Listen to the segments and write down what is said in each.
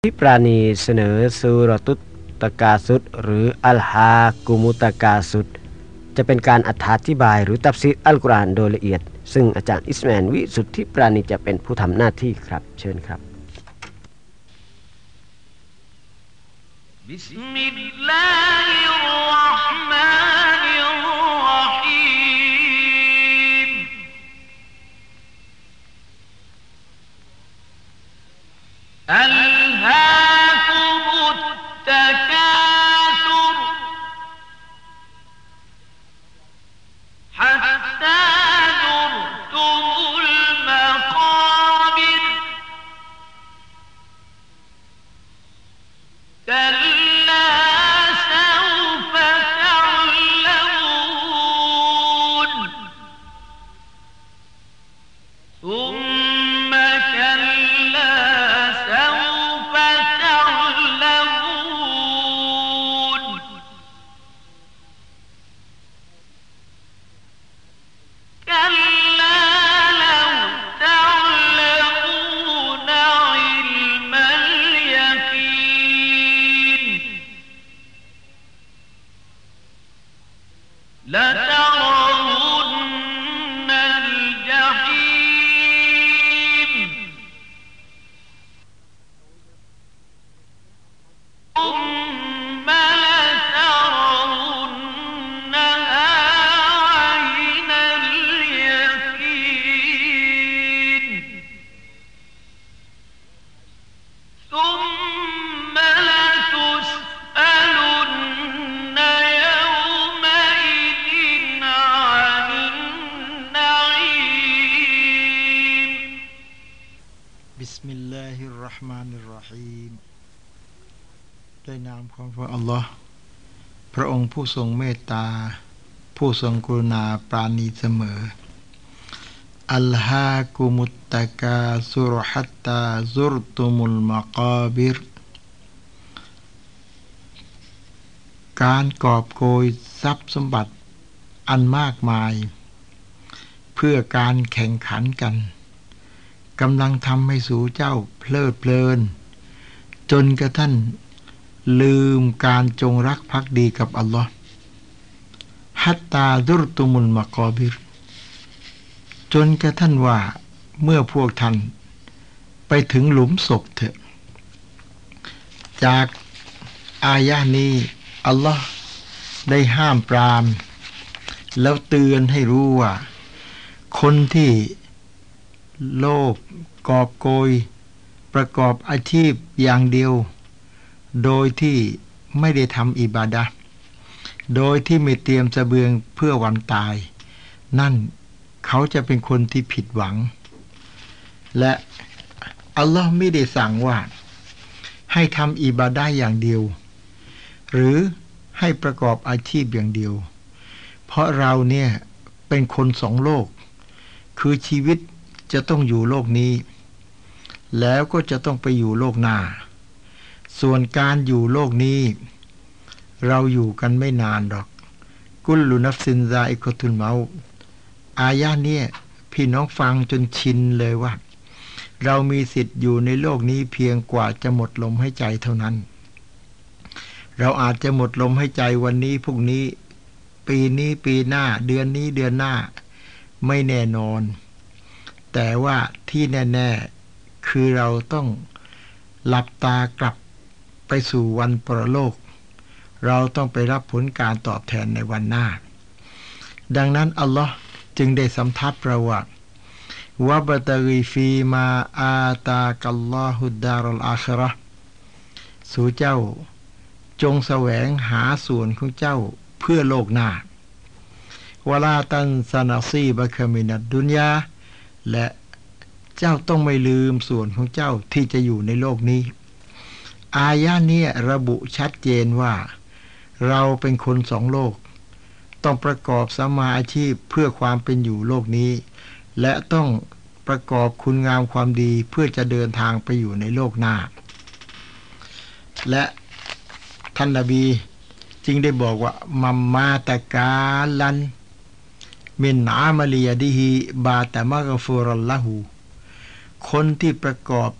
ที่ปราณีเสนอซูเราะตุตกาสุดหรืออัลฮากุมุตกาสุดจะเป็นการอธิบายหรือตัฟซีรอัลกุรอานโดยละเอียดซึ่งอาจารย์อิสมาอิลวิสุทธิปราณีจะเป็นผู้ทำหน้าที่ครับเชิญครับบิสมิลลาฮิรเราะห์มานิรเราะฮีมอัลฮาالتكاثر حتى زرتم المقابر كلا سوف تعلمون ثم كلا سوف تعلمون كلا لو تعلمون علم اليقين لترون الجحيم ثم لترونها عين اليقين ثم لتسألن يومئذ عن النعيم بسم الله الرحمن الرحيم ด้วยนามของพระอัลลอฮ์พระองค์ผู้ทรงเมตตาผู้ทรงกรุณาปราณีเสมออัลฮากุมุตตะกาซุรฮัตตาซุรตุมุลมะกาบิรการกอบโกยทรัพย์สมบัติอันมากมายเพื่อการแข่งขันกันกำลังทำให้สู่เจ้าเพลิดเพลินจนกระทั่งลืมการจงรักภักดีกับอัลลอฮ์ฮัตตาซุรตุมุลมะกอบิรจนกระทั่งว่าเมื่อพวกท่านไปถึงหลุมศพเถอะจากอายะนี้อัลลอฮ์ได้ห้ามปรามแล้วเตือนให้รู้ว่าคนที่โลภกอบโกยประกอบอาชีพอย่างเดียวโดยที่ไม่ได้ทำอิบาดะห์โดยที่ไม่เตรียมเสบียงเพื่อวันตายนั่นเขาจะเป็นคนที่ผิดหวังและอัลลอฮ์ไม่ได้สั่งว่าให้ทำอิบาดะห์อย่างเดียวหรือให้ประกอบอาชีพอย่างเดียวเพราะเราเนี่ยเป็นคนสองโลกคือชีวิตจะต้องอยู่โลกนี้แล้วก็จะต้องไปอยู่โลกหน้าส่วนการอยู่โลกนี้เราอยู่กันไม่นานหรอกกุลลุนัฟซินซาอิกะตุลเมาต์อายะเนี่ยพี่น้องฟังจนชินเลยว่าเรามีสิทธิ์อยู่ในโลกนี้เพียงกว่าจะหมดลมหายใจเท่านั้นเราอาจจะหมดลมหายใจวันนี้พรุ่งนี้ปีนี้ปีหน้าเดือนนี้เดือนหน้าไม่แน่นอนแต่ว่าที่แน่ๆคือเราต้องหลับตากลับไปสู่วันปรโลกเราต้องไปรับผลการตอบแทนในวันหน้าดังนั้นอัลลอฮ์จึงได้สำทับเราว่าวะบะตะกีฟีมาอาตากัลลอฮุดดารุลอาคิเราะห์สู่เจ้าจงแสวงหาส่วนของเจ้าเพื่อโลกหน้าวะลาตันซะนะซีบะกะมินัดดุนยาและเจ้าต้องไม่ลืมส่วนของเจ้าที่จะอยู่ในโลกนี้อายะนี้ระบุชัดเจนว่าเราเป็นคนสองโลกต้องประกอบสัมมาอาชีพเพื่อความเป็นอยู่โลกนี้และต้องประกอบคุณงามความดีเพื่อจะเดินทางไปอยู่ในโลกหน้าและท่านนบีจึงได้บอกว่ามัมมาตะกาลัน มินอามัลิยะดิฮิบาตะมักฟูรัลละหูคนที่ประกอบ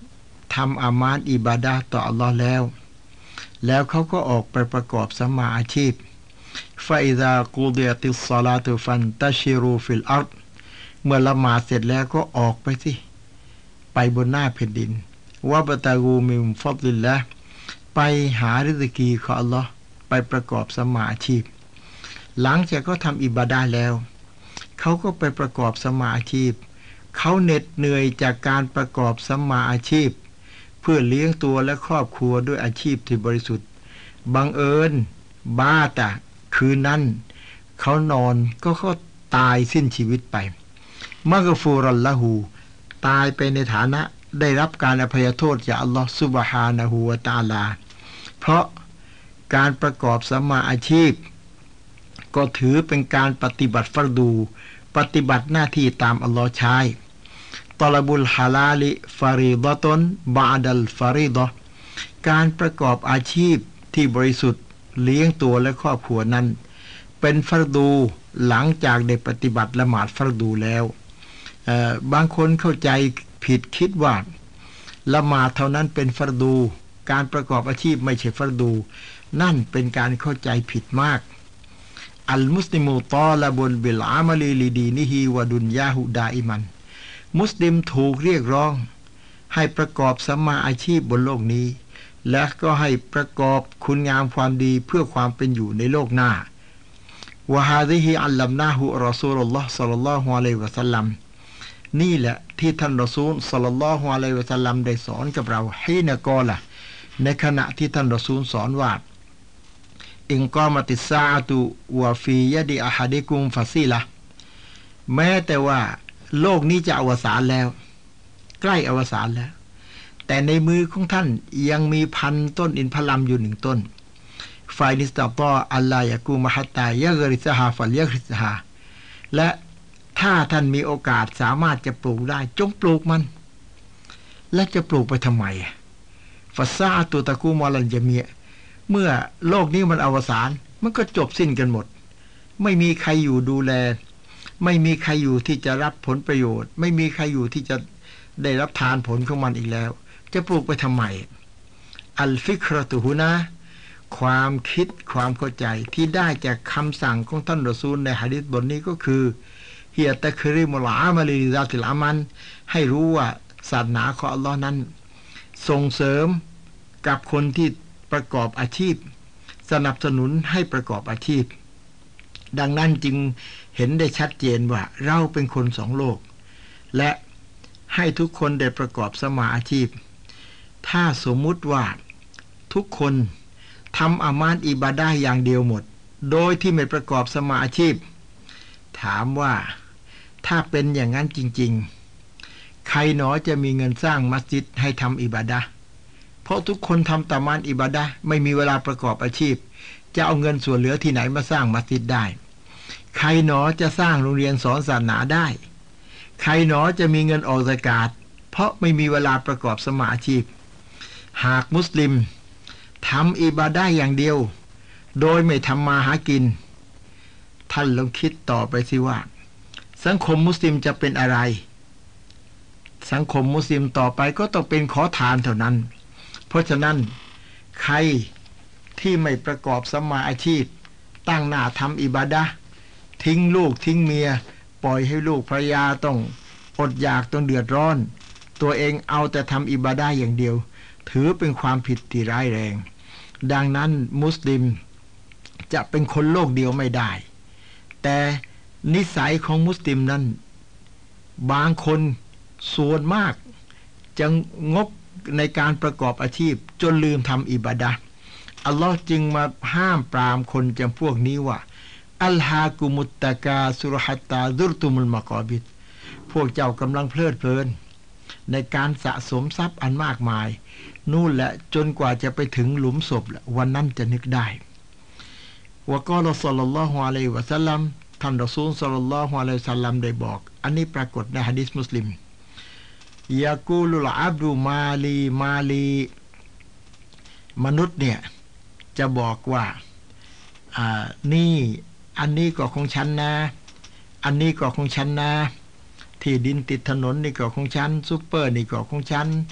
ทำอามาตอิบาดะห์ต่ออัลลอฮ์แล้วเขาก็ออกไปประกอบสัมมาอาชีพฟาอิซากูดิยติสศอลาตุฟันตัชิรูฟิลอัรฎเมื่อละหมาดเสร็จแล้วก็ออกไปสิไปบนหน้าแผ่นดินวะบะตะกูมินฟัฎลิลละห์ไปหาริซกีของอัลลอฮ์ไปประกอบสัมมาอาชีพหลังจากเขาทำอิบาดะห์แล้วเขาก็ไปประกอบสัมมาอาชีพเขาเหน็ดเหนื่อยจากการประกอบสัมมาอาชีพเพื่อเลี้ยงตัวและครอบครัวด้วยอาชีพที่บริสุทธิ์บังเอิญบ้าแต่คืนนั้นเขานอนก็ตายสิ้นชีวิตไปมักฟูรัลละหูตายไปในฐานะได้รับการอภัยโทษจากอัลลอฮฺซุบฮานะฮูวะตะอาลาเพราะการประกอบสัมมาอาชีพก็ถือเป็นการปฏิบัติฟัรดูปฏิบัติหน้าที่ตามอัลลอฮฺใช้ตอลบุลฮาลาลิฟารีดะตุนบะอดัลฟารีดะห์การประกอบอาชีพที่บริสุทธิ์เลี้ยงตัวและครอบครัวนั้นเป็นฟัรดูหลังจากได้ปฏิบัติละหมาดฟัรดูแล้วบางคนเข้าใจผิดคิดว่าละหมาดเท่านั้นเป็นฟัรดูการประกอบอาชีพไม่ใช่ฟัรดูนั่นเป็นการเข้าใจผิดมากอัลมุสลิมูตอละบุลบิลอามัลีลิดีนิฮิวะดุนยาฮุดาอิมันมุสลิมถูกเรียกร้องให้ประกอบสัมมาอาชีพบนโลกนี้และก็ให้ประกอบคุณงามความดีเพื่อความเป็นอยู่ในโลกหน้าวะฮาซิฮิอัลลัมนาฮุรอซูลุลลอฮ์ศ็อลลัลลอฮุอะลัยฮิวะซัลลัมนี่แหละที่ท่านรอซูลศ็อลลัลลอฮุอะลัยฮิวะซัลลัมได้สอนกับเราฮีนะกอละในขณะที่ท่านรอซูลสอนว่าอินกอมะติสซาอะตุวะฟียะดิอะฮะดิกุมฟะซีละแม้แต่ว่าโลกนี้จะอวสานแล้วใกล้อวสานแล้วแต่ในมือของท่านยังมีพันต้นอินทผลัมอยู่1ต้นฟานิสตะตออัลลายะกูมะฮัตตายะกริซะฮาฟัลยะกริซะฮาและถ้าท่านมีโอกาสสามารถจะปลูกได้จงปลูกมันและจะปลูกไปทำไมฟัสซาอะตุตะกูมอลันยะมีเมื่อโลกนี้มันอวสานมันก็จบสิ้นกันหมดไม่มีใครอยู่ดูแลไม่มีใครอยู่ที่จะรับผลประโยชน์ไม่มีใครอยู่ที่จะได้รับทานผลของมันอีกแล้วจะปลูกไปทำไมอัลฟิกรตุฮุนะความคิดความเข้าใจที่ได้จากคำสั่งของท่านรอซูลในหะดีษบทนี้ก็คือเฮียตะครีมุลอามัลิซาติลอามันให้รู้ว่าศาสนาของอัลลอฮ์นั้นส่งเสริมกับคนที่ประกอบอาชีพสนับสนุนให้ประกอบอาชีพดังนั้นจึงเห็นได้ชัดเจนว่าเราเป็นคนสองโลกและให้ทุกคนได้ประกอบสัมมาอาชีพถ้าสมมุติว่าทุกคนทำอามาตอิบาดะห์อย่างเดียวหมดโดยที่ไม่ประกอบสัมมาอาชีพถามว่าถ้าเป็นอย่างนั้นจริงๆใครหนอจะมีเงินสร้างมัสยิดให้ทำอิบาดะห์เพราะทุกคนทำตามานอิบาดะห์ไม่มีเวลาประกอบอาชีพจะเอาเงินส่วนเหลือที่ไหนมาสร้างมัสยิดได้ใครหนอจะสร้างโรงเรียนสอนศาสนาได้ใครหนอจะมีเงินออกซะกาตเพราะไม่มีเวลาประกอบสัมมาอาชีพหากมุสลิมทำอิบาดะห์อย่างเดียวโดยไม่ทำมาหากินท่านลองคิดต่อไปสิว่าสังคมมุสลิมจะเป็นอะไรสังคมมุสลิมต่อไปก็ต้องเป็นขอทานเท่านั้นเพราะฉะนั้นใครที่ไม่ประกอบสัมมาอาชีพตั้งหน้าทำอิบาดะห์ทิ้งลูกทิ้งเมียปล่อยให้ลูกภรรยาต้องอดอยากต้องเดือดร้อนตัวเองเอาแต่ทำอิบาดะห์อย่างเดียวถือเป็นความผิดที่ร้ายแรงดังนั้นมุสลิมจะเป็นคนโลกเดียวไม่ได้แต่นิสัยของมุสลิมนั้นบางคนส่วนมากจะงกในการประกอบอาชีพจนลืมทำอิบาดะห์อัลลอฮ์จึงมาห้ามปรามคนจำพวกนี้ว่าอัลฮากุมุตตะกาสุรฮัตตาซุรตุมุลมะกอบิดพวกเจ้ากำลังเพลิดเพลินในการสะสมทรัพย์อันมากมายนู่นแหละจนกว่าจะไปถึงหลุมศพวันนั้นจะนึกได้วะกอลศ็อลลัลลอฮุอะลัยฮิวะซัลลัมท่านรอซูลศ็อลลัลลอฮุอะลัยฮิวะซัลลัมได้บอกอันนี้ปรากฏในหะดีษมุสลิมยะกูลุลอับดุมาลีมาลีมนุษย์เนี่ยจะบอกว่านี่อันนี้ก็ของฉันนะอันนี้ก็ของฉันนะที่ดินติดถนนนี่ก็ของฉันซุปเปอร์นี่ก็ของฉัน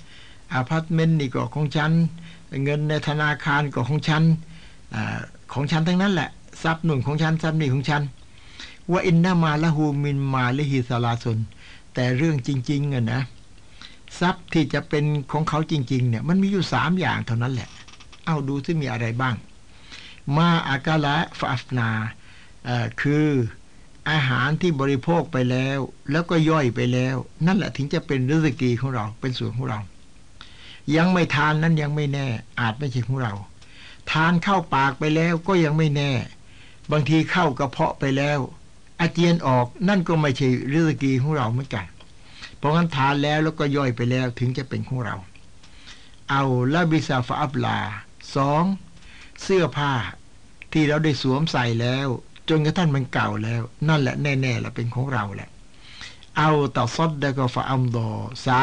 อาพาร์ตเมนต์นี่ก็ของฉันเงินในธนาคารก็ของฉันของฉันทั้งนั้นแหละทรัพย์หนุนของฉันทรัพย์นี่ของฉันว่าอินนามาละหูมินมาลิฮิซาลาซุนแต่เรื่องจริงๆนะทรัพย์ที่จะเป็นของเขาจริงๆเนี่ยมันมีอยู่3อย่างเท่านั้นแหละเอาดูซิมีอะไรบ้างมาอากาละฟาฟนาคืออาหารที่บริโภคไปแล้วแล้วก็ย่อยไปแล้วนั่นแหละถึงจะเป็นริสกีของเราเป็นส่วนของเรายังไม่ทานนั้นยังไม่แน่อาจไม่ใช่ของเราทานเข้าปากไปแล้วก็ยังไม่แน่บางทีเข้ากระเพาะไปแล้วอาเจียนออกนั่นก็ไม่ใช่ริสกีของเราเหมือนกันเพราะงั้นทานแล้วก็ย่อยไปแล้วถึงจะเป็นของเราเอาละบิซาฟาอับลา2เสื้อผ้าที่เราได้สวมใส่แล้วจนกระทั่งมันเก่าแล้วนั่นแหละแน่ๆแหละเป็นของเราแหละเอาต่อซอดได้ก็ฟาอัมดอ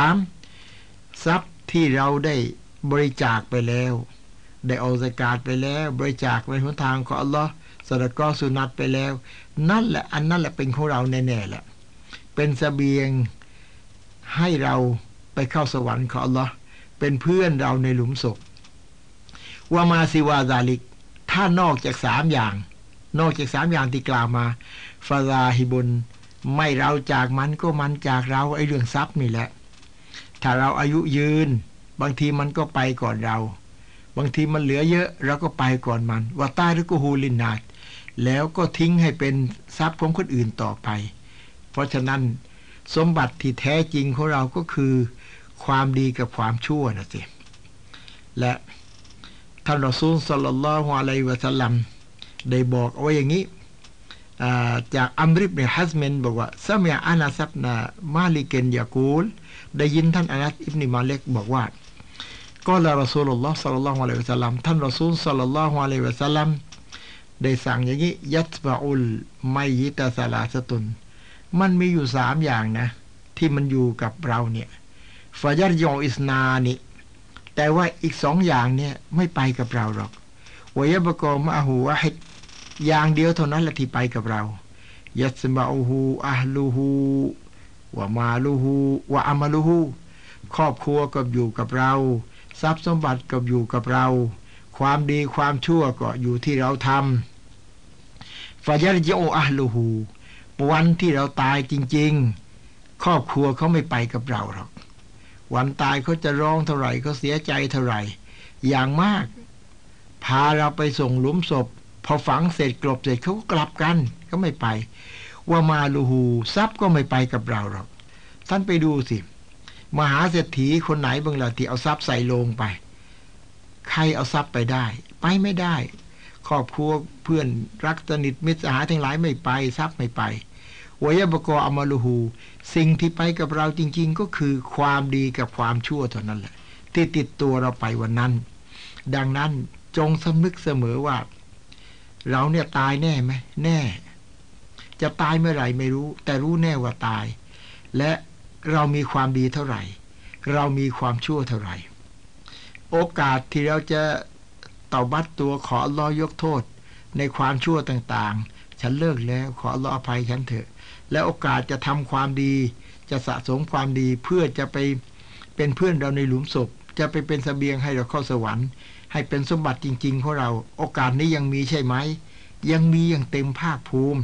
3ทรัพย์ที่เราได้บริจาคไปแล้วได้เอาซะกาตไปแล้วบริจาคในหนทางของอัลลอฮ์ซะดะกอฮ์สุนัตไปแล้วนั่นแหละอันนั้นแหละเป็นของเราแน่ๆแหละเป็นเสบียงให้เราไปเข้าสวรรค์ของอัลลอฮ์เป็นเพื่อนเราในหลุมศพว่ามาซิวาซาลิกถ้านอกจาก3อย่างนอกจาก3อย่างที่กล่าวมาฟาซาฮิบุนไม่เราจากมันก็มันจากเราไอ้เรื่องทรัพย์นี่แหละถ้าเราอายุยืนบางทีมันก็ไปก่อนเราบางทีมันเหลือเยอะเราก็ไปก่อนมันว่าตายหรือกูฮูลินนาดแล้วก็ทิ้งให้เป็นทรัพย์ของคนอื่นต่อไปเพราะฉะนั้นสมบัติที่แท้จริงของเราก็คือความดีกับความชั่วนะสิและท่านรอซูลศ็อลลัลลอฮุอะลัยฮิวะซัลลัมได้บอกเอาไว้อย่างนี้จากอัมริบเนฮัซเมนบอกว่าซะมีอานาซับนามาลิกนยากูลได้ยินท่านอานัสอิบนุมาลิกบอกว่าก็ละรอซูลุลลอฮ์ศ็อลลัลลอฮุอะลัยฮิวะซัลลัมท่านรอซูลศ็อลลัลลอฮุอะลัยฮิวะซัลลัมได้สั่งอย่างนี้ยัตบะอุลมัยยิตะซาลาสตุนมันมีอยู่3อย่างนะที่มันอยู่กับเราเนี่ยฟะยัรยออิสนานิแต่ว่าอีก2อย่างเนี่ยไม่ไปกับเราหรอกวะยะบะกอมะฮูวะฮิดอย่างเดียวเท่านั้นแหละที่ไปกับเรายัสมะอูฮูอะฮลูฮูวะมาลูฮูวะอะมะลูฮูครอบครัวก็อยู่กับเราทรัพย์สมบัติก็อยู่กับเราความดีความชั่วก็อยู่ที่เราทำฟะยัรญิอูอะฮลูฮูวันที่เราตายจริงๆครอบครัวเขาไม่ไปกับเราหรอกวันตายเขาจะร้องเท่าไหร่เขาเสียใจเท่าไหร่อย่างมากพาเราไปส่งหลุมศพพอฝังเสร็จกลบเสร็จเขาก็กลับกันก็ไม่ไปว่ามาลูฮูทรัพย์ก็ไม่ไปกับเราหรอกท่านไปดูสิมหาเศรษฐีคนไหนบ้างล่ะที่เอาทรัพย์ใส่โลงไปใครเอาทรัพย์ไปได้ไปไม่ได้ครอบครัวเพื่อนรักสนิทมิตรสหายทั้งหลายไม่ไปทรัพย์ไม่ไปวยบกออามาลูฮูสิ่งที่ไปกับเราจริงๆก็คือความดีกับความชั่วเท่านั้นแหละที่ติดตัวเราไปวันนั้นดังนั้นจงสำนึกเสมอว่าเราเนี่ยตายแน่ไหมแน่จะตายเมื่อไหร่ไม่รู้แต่รู้แน่ว่าตายและเรามีความดีเท่าไหร่เรามีความชั่วเท่าไหร่โอกาสที่เราจะเตาบัตตัวขออัลเลาะห์ยกโทษในความชั่วต่างๆฉันเลิกแล้วขออัลเลาะห์อภัยฉันเถอะและโอกาสจะทำความดีจะสะสมความดีเพื่อจะไปเป็นเพื่อนเราในหลุมศพจะไปเป็นเสบียงให้เราเข้าสวรรค์ให้เป็นสมบัติจริงๆของเราโอกาสนี้ยังมีใช่ไหมยังมีอย่างเต็มภาคภูมิ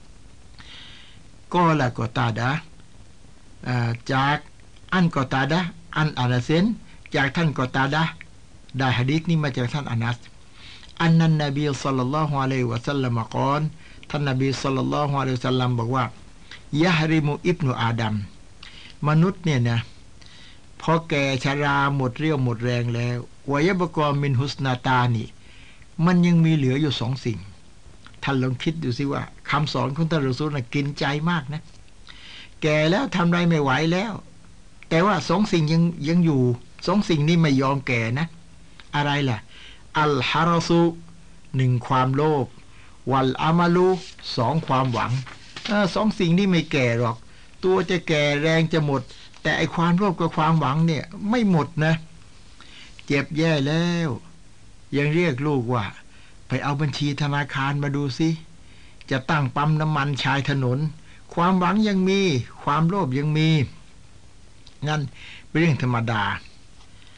ก็ละกอตาดะจากอันกอตาดะอันอานาเซนจากท่านกอตาดะได้หะดีษนี้มาจากท่านอานัสอันนันนบีศ็อลลัลลอฮุอะลัยฮิวะซัลลัมกล่าวท่านนบีศ็อลลัลลอฮุอะลัยฮิวะซัลลัมบอกว่ายะฮริมุอิบนุอาดัมมนุษย์เนี่ยนะพอแก่ชราหมดเรี่ยวหมดแรงแล้ววายบกรมินฮุสนาตานี่มันยังมีเหลืออยู่2 สิ่งท่านลองคิดดูสิว่าคำสอนของท่านรอซูลน่ะกินใจมากนะแก่แล้วทำไรไม่ไหวแล้วแต่ว่า2 สิ่งยังอยู่2 สิ่งนี้ไม่ยอมแก่นะอะไรล่ะอัลฮารอซู1ความโลภวัลอามาลู2ความหวัง2 สิ่งนี้ไม่แก่หรอกตัวจะแก่แรงจะหมดแต่ไอความโลภกับความหวังเนี่ยไม่หมดนะเจ็บแย่แล้วยังเรียกลูกว่าไปเอาบัญชีธนาคารมาดูสิจะตั้งปั๊มน้ำมันชายถนนความหวังยังมีความโลภยังมีงั้นเป็นเรื่องธรรมดา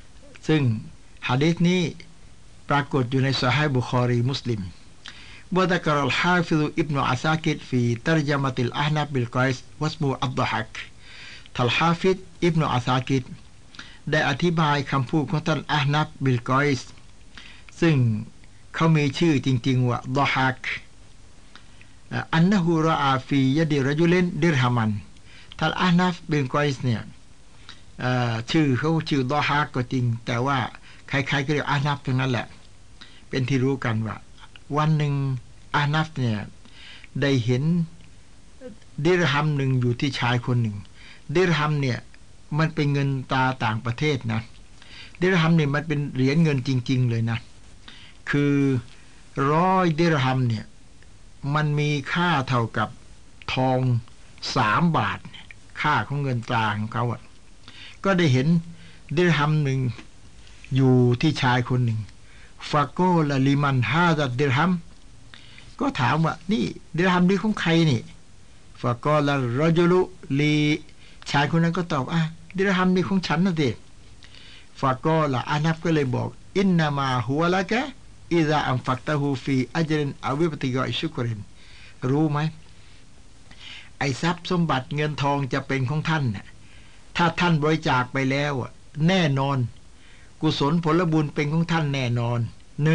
ซึ่งหะดีษนี้ปรากฏอยู่ในซอฮีฮ์บุคอรีมุสลิมوذكر الحافظ ابن عساكر في ترجمة الأحنف بالقيس واسمه الضحك ท่านฮาฟิซอิบนุอาซากิรได้อธิบายคำพูดของท่านอะห์นัฟบิลกอยส์ซึ่งเขามีชื่อจริงๆว่าดอฮักอันนะฮูรออาฟียะดิรจุลินดิรฮามันท่านอะห์นัฟบิลกอยส์เนี่ยชื่อเขาชื่อดอฮักก็จริงแต่ว่าใครๆก็เรียกอะห์นัฟทั้งนั้นแหละเป็นที่รู้กันว่าวันหนึ่งอะห์นัฟเนี่ยได้เห็นดิรฮัมหนึ่งอยู่ที่ชายคนหนึ่งดิรฮัมเนี่ยมันเป็นเงินตราต่างประเทศนะดิรฮัมเนี่ยมันเป็นเหรียญเงินจริงๆเลยนะคือ100ดิรฮัมเนี่ยมันมีค่าเท่ากับทอง3 บาทค่าของเงินตราของเขาอ่ะก็ได้เห็นดิรฮัมหนึ่งอยู่ที่ชายคนหนึ่งฟาโกละลิมันฮาซัดดิรฮัมก็ถามว่านี่ดิรฮัมนี้ของใครนี่ฟาโกละรอจุลุลีชายคนนั้นก็ตอบดิรฮัมนี่ของฉันนะสิฟาโกละอานับก็เลยบอกอินนามาฮุวะละกะอิซาอัมฟักตะฮูฟีอัจรินอวิปติกอชุกรินรู้ไหมไอ้ทรัพย์สมบัติเงินทองจะเป็นของท่านน่ะถ้าท่านบริจาคไปแล้วแน่นอนกุศลผลบุญเป็นของท่านแน่นอน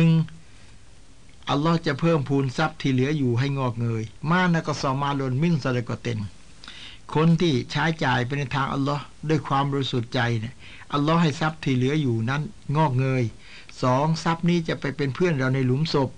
1อัลลอฮ์จะเพิ่มพูนทรัพย์ที่เหลืออยู่ให้งอกเงยมานะก็ซอมาลนมินซะละกอเต็นคนที่ใช้จ่ายไปในทางอัลลอฮ์ด้วยความบริสุทธิ์ใจเนี่ยอัลลอฮ์ให้ทรัพย์ที่เหลืออยู่นั้นงอกเงย2ทรัพย์นี้จะไปเป็นเพื่อนเราในหลุมศพ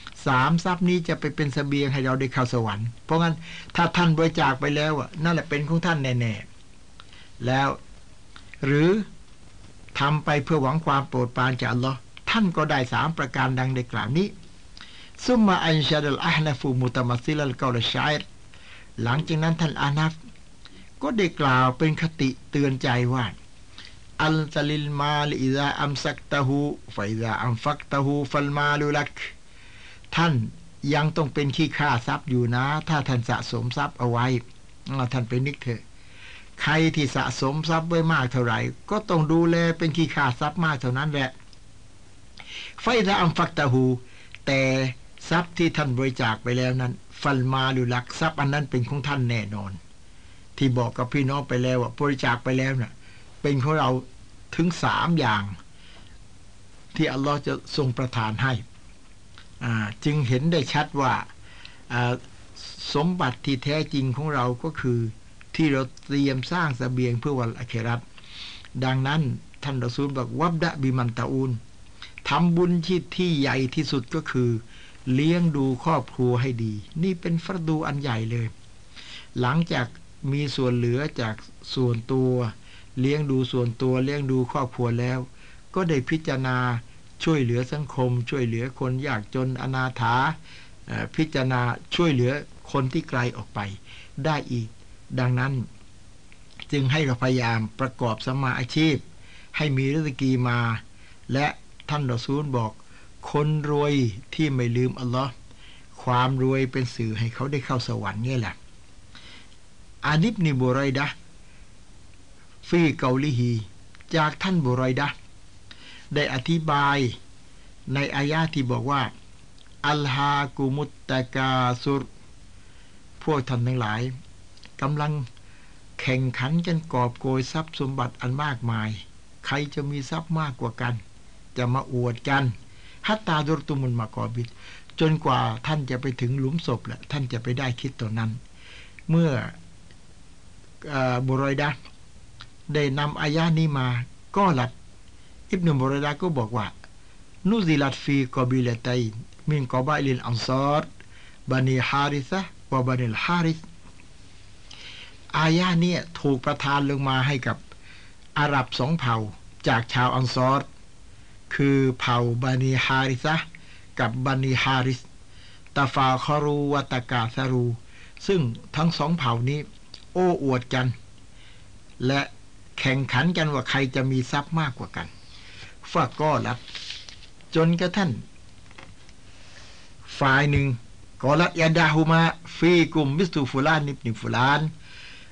3ทรัพย์นี้จะไปเป็นเสบียงให้เราได้เข้าสวรรค์เพราะงั้นถ้าท่านบริจาคไปแล้วนั่นแหละเป็นของท่านแน่ๆแล้วหรือทำไปเพื่อหวังความโปรดปรานจากอัลลอฮ์ท่านก็ได้3ประการดังได้กล่าวนี้ซุมมาอันชาดัลอะห์นะฟูมุตะมัสซิลัลกอลชัยรหลังจากนั้นท่านอานัฟก็ได้กล่าวเป็นคติเตือนใจว่าอัลตะลิลมาลอิซาอัมซักตะฮูฟะอิซาอัมฟักตะฮูฟัลมาลุลักท่านยังต้องเป็นขี้ข้าทรัพย์อยู่นะถ้าท่านสะสมทรัพย์เอาไว้ท่านไปนึกเถอะใครที่สะสมทรัพย์ไว้มากเท่าไหร่ก็ต้องดูแลเป็นขี้ข้าทรัพย์มากเท่านั้นแหละฟะอิซาอัมฟักตะฮูแต่ทรัพย์ที่ท่านบริจาคไปแล้วนั้นฟัลมาลุลักทรัพย์อันนั้นเป็นของท่านแน่นอนที่บอกกับพี่น้องไปแล้วว่าบริจาคไปแล้วน่ะเป็นของเราถึง3อย่างที่อัลลอฮ์จะทรงประทานให้จึงเห็นได้ชัดว่าสมบัติที่แท้จริงของเราก็คือที่เราเตรียมสร้างเสบียงเพื่อวันอาคิเราะห์ดังนั้นท่านรอซูลบอกวับดะบิมันตะอูนทำบุญที่ใหญ่ที่สุดก็คือเลี้ยงดูครอบครัวให้ดีนี่เป็นฟัรดูอันใหญ่เลยหลังจากมีส่วนเหลือจากส่วนตัวเลี้ยงดูส่วนตัวเลี้ยงดูครอบครัวแล้วก็ได้พิจารณาช่วยเหลือสังคมช่วยเหลือคนยากจนอนาถาพิจารณาช่วยเหลือคนที่ไกลออกไปได้อีกดังนั้นจึงให้เราพยายามประกอบสัมมาอาชีพให้มีริสกีมาและท่านรอซูลบอกคนรวยที่ไม่ลืมอัลลอฮ์ความรวยเป็นสื่อให้เขาได้เข้าสวรรค์นี่แหละอานิบนิบุรอยดะฟีเกาลิฮีจากท่านบุรอยดะได้อธิบายในอายะที่บอกว่าอัลฮากุมุตตะกาซุรพวกท่านทั้งหลายกำลังแข่งขันกันกอบโกยทรัพย์สมบัติอันมากมายใครจะมีทรัพย์มากกว่ากันจะมาอวดกันฮัตตาดุรตุมุลมากอบิดจนกว่าท่านจะไปถึงหลุมศพแหละท่านจะไปได้คิดตอนนั้นเมื่อบุรอยดะได้นำอายะนี้มาก็หลัดอิบนุบุรอยดะก็บอกว่านุซิลัตฟีกอบิลตัยมินกอบาอิลอันซอรบันีฮาริซะวะบันิลฮาริสอายะนี้ถูกประทานลงมาให้กับอาหรับ2 เผ่าจากชาวอันซอรคือเผ่าบันีฮาริซะกับบันีฮาริสตาฟาคารูวะตะกาซารูซึ่งทั้ง2 เผ่านี้โอ้อวดกันและแข่งขันกันว่าใครจะมีทรัพย์มากกว่ากันฟะก็ลัดจนกระทั่งฝ่ายหนึ่งกอลัดยาดาฮูมาฟีกุมมิสตูฟุลานนิบนิฟุลาน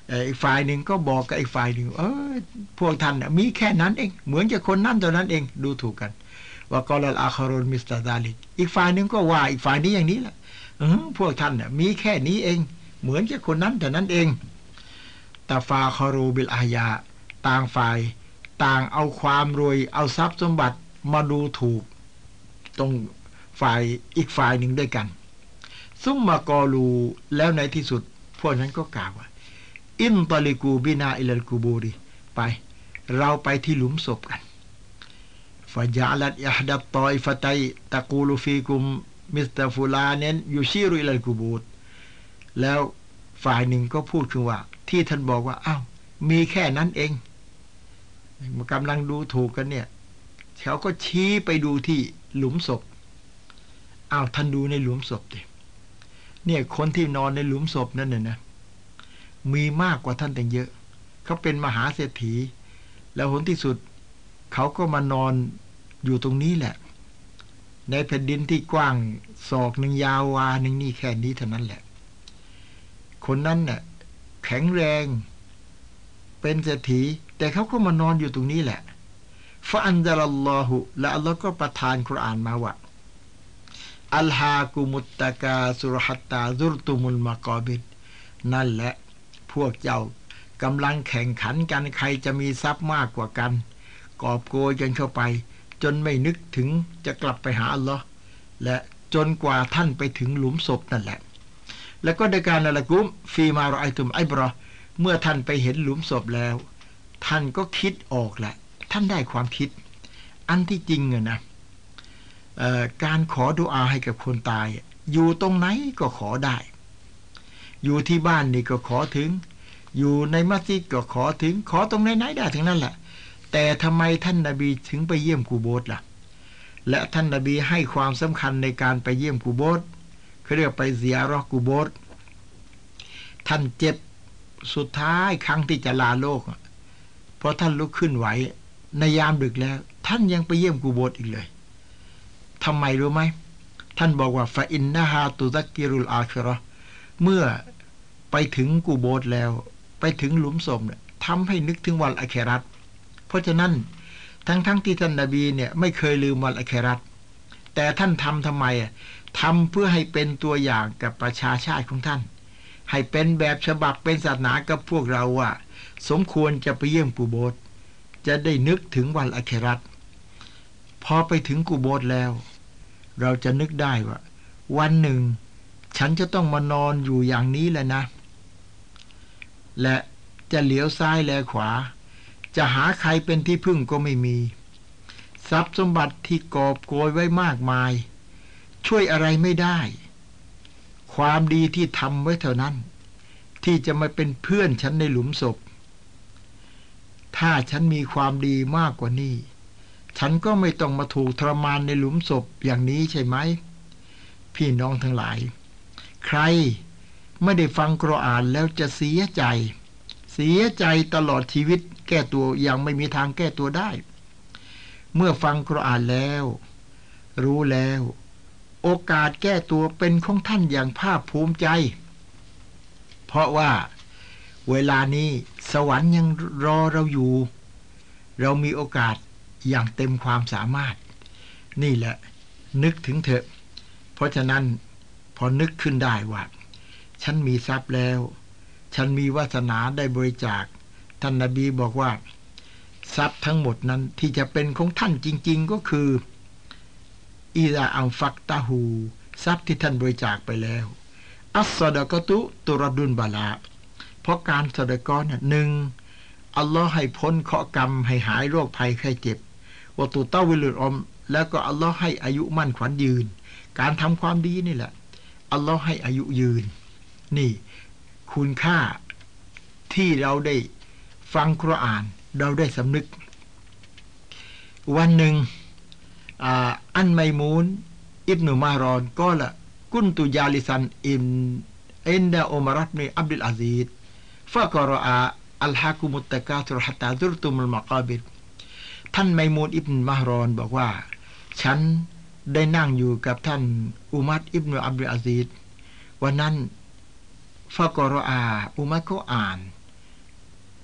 อีกฝ่ายหนึ่งก็บอกกับอีกฝ่ายหนึ่งพวกท่านมีแค่นั้นเองเหมือนจะคนนั้นเท่านั้นเองดูถูกกันว่ากอลัลอาคารุนมิสตาดาลิกอีกฝ่ายหนึ่งก็ว่าอีกฝ่ายนี้อย่างนี้แหละพวกท่านมีแค่นี้เองเหมือนจะคนนั้นเท่านั้นเองตาฟาคารูบิลอาญาต่างฝ่ายต่างเอาความรวยเอาทรัพย์สมบัติมาดูถูกตรงฝ่ายอีกฝ่ายหนึ่งด้วยกันซุ่มมากอลูแล้วในที่สุดพวกนั้นก็กล่าวว่าอินตอลิกูบินาอิลลกูบูรีไปเราไปที่หลุมศพกันฟะญะลัตอิฮดัตตออิฟะตัยตะกูลูฟีกุมมิสตาฟูลาเนนยูชีรุอิลลกูบูรแล้วฝ่ายหนึ่งก็พูดคือว่าที่ท่านบอกว่าอ้าวมีแค่นั้นเองมันกำลังดูถูกกันเนี่ยเขาก็ชี้ไปดูที่หลุมศพอ้าวท่านดูในหลุมศพดิเนี่ยคนที่นอนในหลุมศพนั่นน่ะนะมีมากกว่าท่านแต่เยอะเขาเป็นมหาเศรษฐีแล้วผลที่สุดเขาก็มานอนอยู่ตรงนี้แหละในแผ่นดินที่กว้างศอกหนึ่งยาววาหนึ่งนี่แค่นี้เท่านั้นแหละคนนั้นน่ะแข็งแรงเป็นเศรษฐีแต่เขาก็มานอนอยู่ตรงนี้แหละฟะอันซะลัลลอฮุและอัลลอฮ์ก็ประทานกุรอานมาว่าอัลฮากุมุตตะกาสุรฮัตตาซุรตุมุลมะกอบิดนั่นแหละพวกเจ้ากำลังแข่งขันกันใครจะมีทรัพย์มากกว่ากันกอบโกยกันเข้าไปจนไม่นึกถึงจะกลับไปหาอัลลอฮ์และจนกว่าท่านไปถึงหลุมศพนั่นแหละแล้วก็ในการละกุมฟีมารอไอตุมไอบรอเมื่อท่านไปเห็นหลุมศพแล้วท่านก็คิดออกแหละท่านได้ความคิดอันที่จริงนะการขอดุอาให้กับคนตายอยู่ตรงไหนก็ขอได้อยู่ที่บ้านนี่ก็ขอถึงอยู่ในมัสยิดก็ขอถึงขอตรงไหนๆได้ทั้งนั้นแหละแต่ทำไมท่านนบีถึงไปเยี่ยมกูโบสล่ะและท่านนบีให้ความสำคัญในการไปเยี่ยมกูโบสเขาเรียกไปเซียารอกูโบสท่านเจ็บสุดท้ายครั้งที่จะลาโลกเพราะท่านลุกขึ้นไหวในยามดึกแล้วท่านยังไปเยี่ยมกูโบสอีกเลยทำไมรู้ไหมท่านบอกว่าฟาอินนะฮาตุซักกิรุลอาคิเราะห์เมื่อไปถึงกูโบสแล้วไปถึงหลุมศพเนี่ยทำให้นึกถึงวันอาคิเราะห์เพราะฉะนั้นทั้งที่ท่านนบีเนี่ยไม่เคยลืมวันอาคิเราะห์แต่ท่านทำไมทำเพื่อให้เป็นตัวอย่างกับประชาชาติของท่านให้เป็นแบบฉบับเป็นศาสนากับพวกเราว่าสมควรจะไปเยี่ยมกูโบสจะได้นึกถึงวันอาคิเราะห์พอไปถึงกูโบสแล้วเราจะนึกได้ว่าวันหนึ่งฉันจะต้องมานอนอยู่อย่างนี้แหละนะและจะเหลียวซ้ายแลขวาจะหาใครเป็นที่พึ่งก็ไม่มีทรัพย์สมบัติที่กอบโกยไว้มากมายช่วยอะไรไม่ได้ความดีที่ทำไว้เท่านั้นที่จะมาเป็นเพื่อนฉันในหลุมศพถ้าฉันมีความดีมากกว่านี้ฉันก็ไม่ต้องมาถูกทรมานในหลุมศพอย่างนี้ใช่ไหมพี่น้องทั้งหลายใครไม่ได้ฟังกุรอานแล้วจะเสียใจตลอดชีวิตแก้ตัวยังไม่มีทางแก้ตัวได้เมื่อฟังกุรอานแล้วรู้แล้วโอกาสแก้ตัวเป็นของท่านอย่างภาคภูมิใจเพราะว่าเวลานี้สวรรค์ยังรอเราอยู่เรามีโอกาสอย่างเต็มความสามารถนี่แหละนึกถึงเถอะเพราะฉะนั้นพอนึกขึ้นได้ว่าฉันมีทรัพย์แล้วฉันมีวาสนาได้บริจาคท่านนบีบอกว่าทรัพย์ทั้งหมดนั้นที่จะเป็นของท่านจริงๆก็คืออิซาอัมฟักตาหูทรัพย์ที่ท่านบริจาคไปแล้วอัสซอดะกะตุตุรดุนบาลาเพราะการสะดะกอเนี่ยหนึ่งอัลลอฮ์ให้พ้นเคราะห์กรรมให้หายโรคภัยไข้เจ็บวะตุตาวิลุลอมแล้วก็อัลลอฮ์ให้อายุมั่นขวัญยืนการทำความดีนี่แหละอัลลอฮ์ให้อายุยืนนี่คุณค่าที่เราได้ฟังกุรอานเราได้สำนึกวันหนึ่งอันไมมูนอิบนุมารอนก็ละกุนตุยาลิซันอินดาอุมรัตนีอับดุลอาซีซฟะกรออัลฮากุมุตตะกาตุรฮัตตาซุรตุมุลมะกาบิรท่านไมมูนอิบนุมารอนบอกว่าฉันได้นั่งอยู่กับท่านอุมัรอิบนุอับดุลอาซีซวันนั้นฟะกรออุมัรก็อ่าน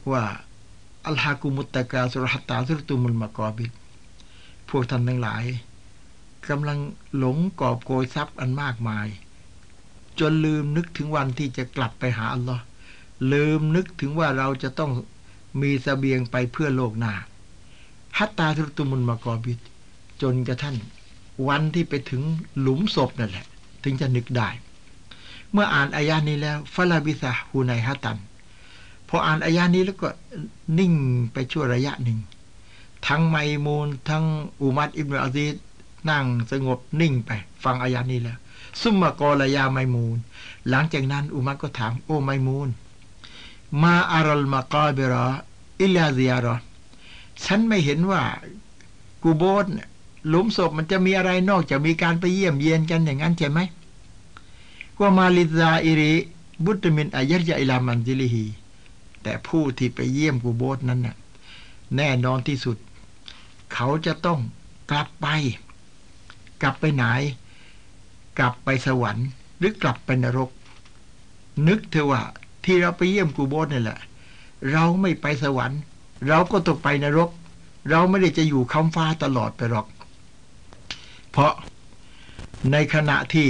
ว่าอัลฮากุมุตตะกาสุรหัตตาซุรตุมุลมะกอบิดพวกท่านทั้งหลายกำลังหลงกอบโกยทรัพย์อันมากมายจนลืมนึกถึงวันที่จะกลับไปหาอัลลอฮ์ลืมนึกถึงว่าเราจะต้องมีเสบียงไปเพื่อโลกหน้าฮัตตาซุรตุมุลมะกอบิดจนกระทั่งวันที่ไปถึงหลุมศพนั่นแหละถึงจะนึกได้เมื่ออ่านอายะนี้แล้วฟะลาบิซะฮูไนฮะตันพออ่านอายะนี้แล้วก็นิ่งไปชั่วระยะหนึ่งทั้งไมมูนทั้งอุมัดอิบนุอาซีซนั่งสงบนิ่งไปฟังอายะนี้แล้วซุมมะกอลายาไมมูนหลังจากนั้นอุมัดก็ถามโอ้ไมมูนมาอารัลมะกอบิรออิลลาซิยารอฉันไม่เห็นว่ากูโบสหลุมศพมันจะมีอะไรนอกจากมีการไปเยี่ยมเยียนกันอย่างนั้นใช่ไหมว่ามาลิซาอิริบุตรมินอายัรยะอิลามันซิลิฮีแต่ผู้ที่ไปเยี่ยมกูโบสนั้นน่ะแน่นอนที่สุดเขาจะต้องกลับไปไหนกลับไปสวรรค์หรือกลับไปนรกนึกเถอะว่าที่เราไปเยี่ยมกูโบสนี่แหละเราไม่ไปสวรรค์เราก็ต้องไปนรกเราไม่ได้จะอยู่ค้ำฟ้าตลอดไปหรอกเพราะในขณะที่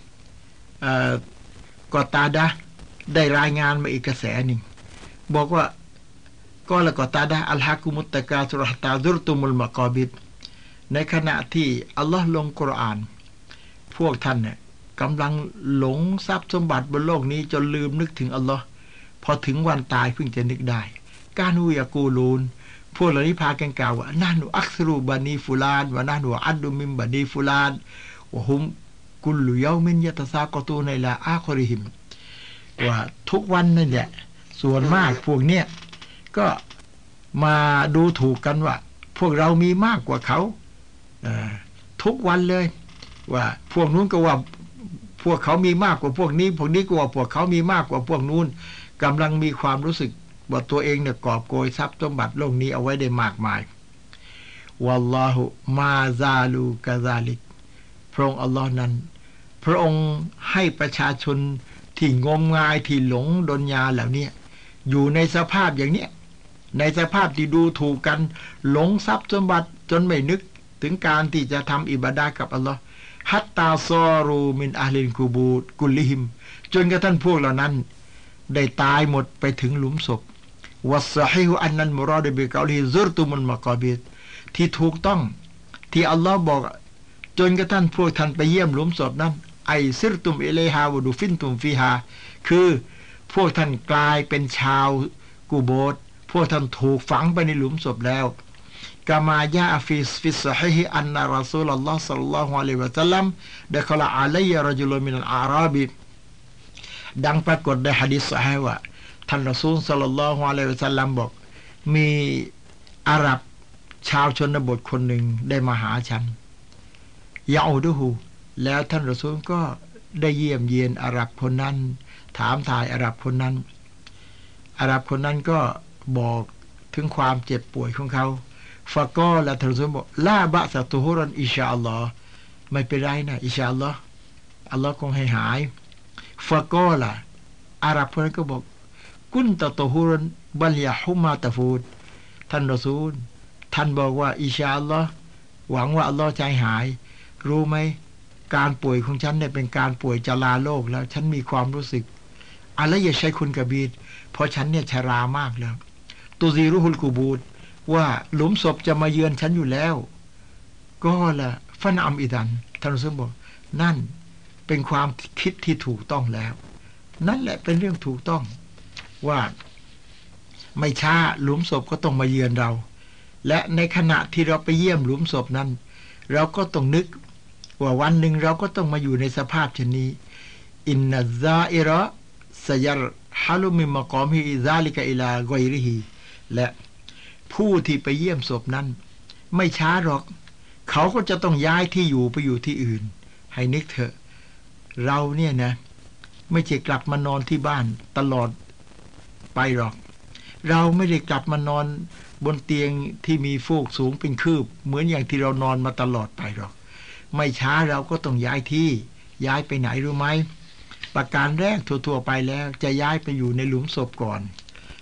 กอตาดะได้รายงานมาอีกกระแสหนึ่งบอกว่าก็ละกอตาดะอัลฮะกุมุตตะกาสุรหตาซุรตุมุลมะกอบิดในขณะที่อัลลอฮ์ลงกุรอานพวกท่านเนี่ยกำลังหลงทรัพย์สมบัติบนโลกนี้จนลืมนึกถึงอัลลอฮ์พอถึงวันตายเพิ่งจะนึกได้กานูยากูลูนพวกเหล่านี้พากันกล่าวว่านานูอักษรูบานีฟุลานวะนานูอัดดุมิมบานีฟุลานวะฮุมกุลลุยามินยะตะซากตูในลาอาคอริฮิมว่าทุกวันนั่นแหละส่วนมากพวกเนี้ยก็มาดูถูกกันว่าพวกเรามีมากกว่าเขาทุกวันเลยว่าพวกนู้นก็ว่าพวกเขามีมากกว่าพวกนี้พวกนี้ก็ว่าพวกเขามีมากกว่าพวกนู้นกำลังมีความรู้สึกว่าตัวเองเนี่ยกอบโกยทรัพย์สมบัติโลกนี้เอาไว้ได้มากมายวัลลอฮุมาซาลูกะซาลิกพระองค์อัลลอฮ์นั้นพระองค์ให้ประชาชนที่งมงายที่หลงดนยาเหล่านี้อยู่ในสภาพอย่างเนี้ยในสภาพที่ดูถูกกันหลงทรัพย์สมบัติจนไม่นึกถึงการที่จะทำอิบาดะห์กับอัลลอฮ์ฮัตตาซอรูมินอะลินกูบูดกุลลิฮิมจนกระทั่งพวกเหล่านั้นได้ตายหมดไปถึงหลุมศพวัสซะฮีฮุอันนัลมุรอดบิกอลิซุรตุมุลมะกอบิดที่ถูกต้องที่อัลลอฮ์บอกจนกระทั่งพวกท่านไปเยี่ยมหลุมศพนั้นไอซิรตุมอิเลฮาวะดูฟินตุมฟีฮาคือพวกท่านกลายเป็นชาวกูโบสพวกท่านถูกฝังไปในหลุมศพแล้วกามายาฟิสซะฮีฮอันนะรอซูลุลลอฮ์ศ็อลลัลลอฮุอะลัยฮิวะซัลลัมดะคอละอะลัยรอจุลุมินัลอาราบิดังปรากฏในหะดีษซอฮีฮ์ว่าท่านรอซูลศ็อลลัลลอฮุอะลัยฮิวะซัลลัมบอกมีอาหรับชาวชนบทคนหนึ่งได้มาหาฉันยาอูดุฮูแล้วท่านรอซูลก็ได้เยี่ยมเยียนอาหรับคนนั้นถามถ่ายอาหรับคนนั้นก็บอกถึงความเจ็บป่วยของเขาฟะกอและท่านรอซูลบอกลาบะซะตุฮุรันอินชาอัลลอฮ์ไม่เป็นไรนะอินชาอัลลอฮ์อัลลอฮ์คงให้หายฟะกอละอาหรับคนนั้นก็บอกกุนตะตุฮุรันบัลยะฮุมาตะฟูดท่านรอซูลท่านบอกว่าอินชาอัลลอฮ์หวังว่าอัลลอฮ์จะให้หายรู้ไหมการป่วยของฉันเนี่ยเป็นการป่วยจะลาโลกแล้วฉันมีความรู้สึกอะไรอย่าใช้คุณกะบีดเพราะฉันเนี่ยชรามากแล้วตุซีรุฮุลกูบูดว่าหลุมศพจะมาเยือนฉันอยู่แล้วก็ละฟะนอัมอิดันท่านรอซูลบอกนั่นเป็นความคิดที่ถูกต้องแล้วนั่นแหละเป็นเรื่องถูกต้องว่าไม่ช้าหลุมศพก็ต้องมาเยือนเราและในขณะที่เราไปเยี่ยมหลุมศพนั้นเราก็ต้องนึกว่าวันหนึ่งเราก็ต้องมาอยู่ในสภาพเช่นนี้อินนัซาอิระซะยัรฮะลุมิมะกอมิซาลิกะอิลากอยริฮีและผู้ที่ไปเยี่ยมศพนั้นไม่ช้าหรอกเขาก็จะต้องย้ายที่อยู่ไปอยู่ที่อื่นให้นึกเถอะเราเนี่ยนะไม่ใช่กลับมานอนที่บ้านตลอดไปหรอกเราไม่ได้กลับมานอนบนเตียงที่มีฟูกสูงเป็นคืบเหมือนอย่างที่เรานอนมาตลอดไปหรอกไม่ช้าเราก็ต้องย้ายที่ย้ายไปไหนรู้ไหมประการแรกทั่วๆไปแล้วจะย้ายไปอยู่ในหลุมศพก่อน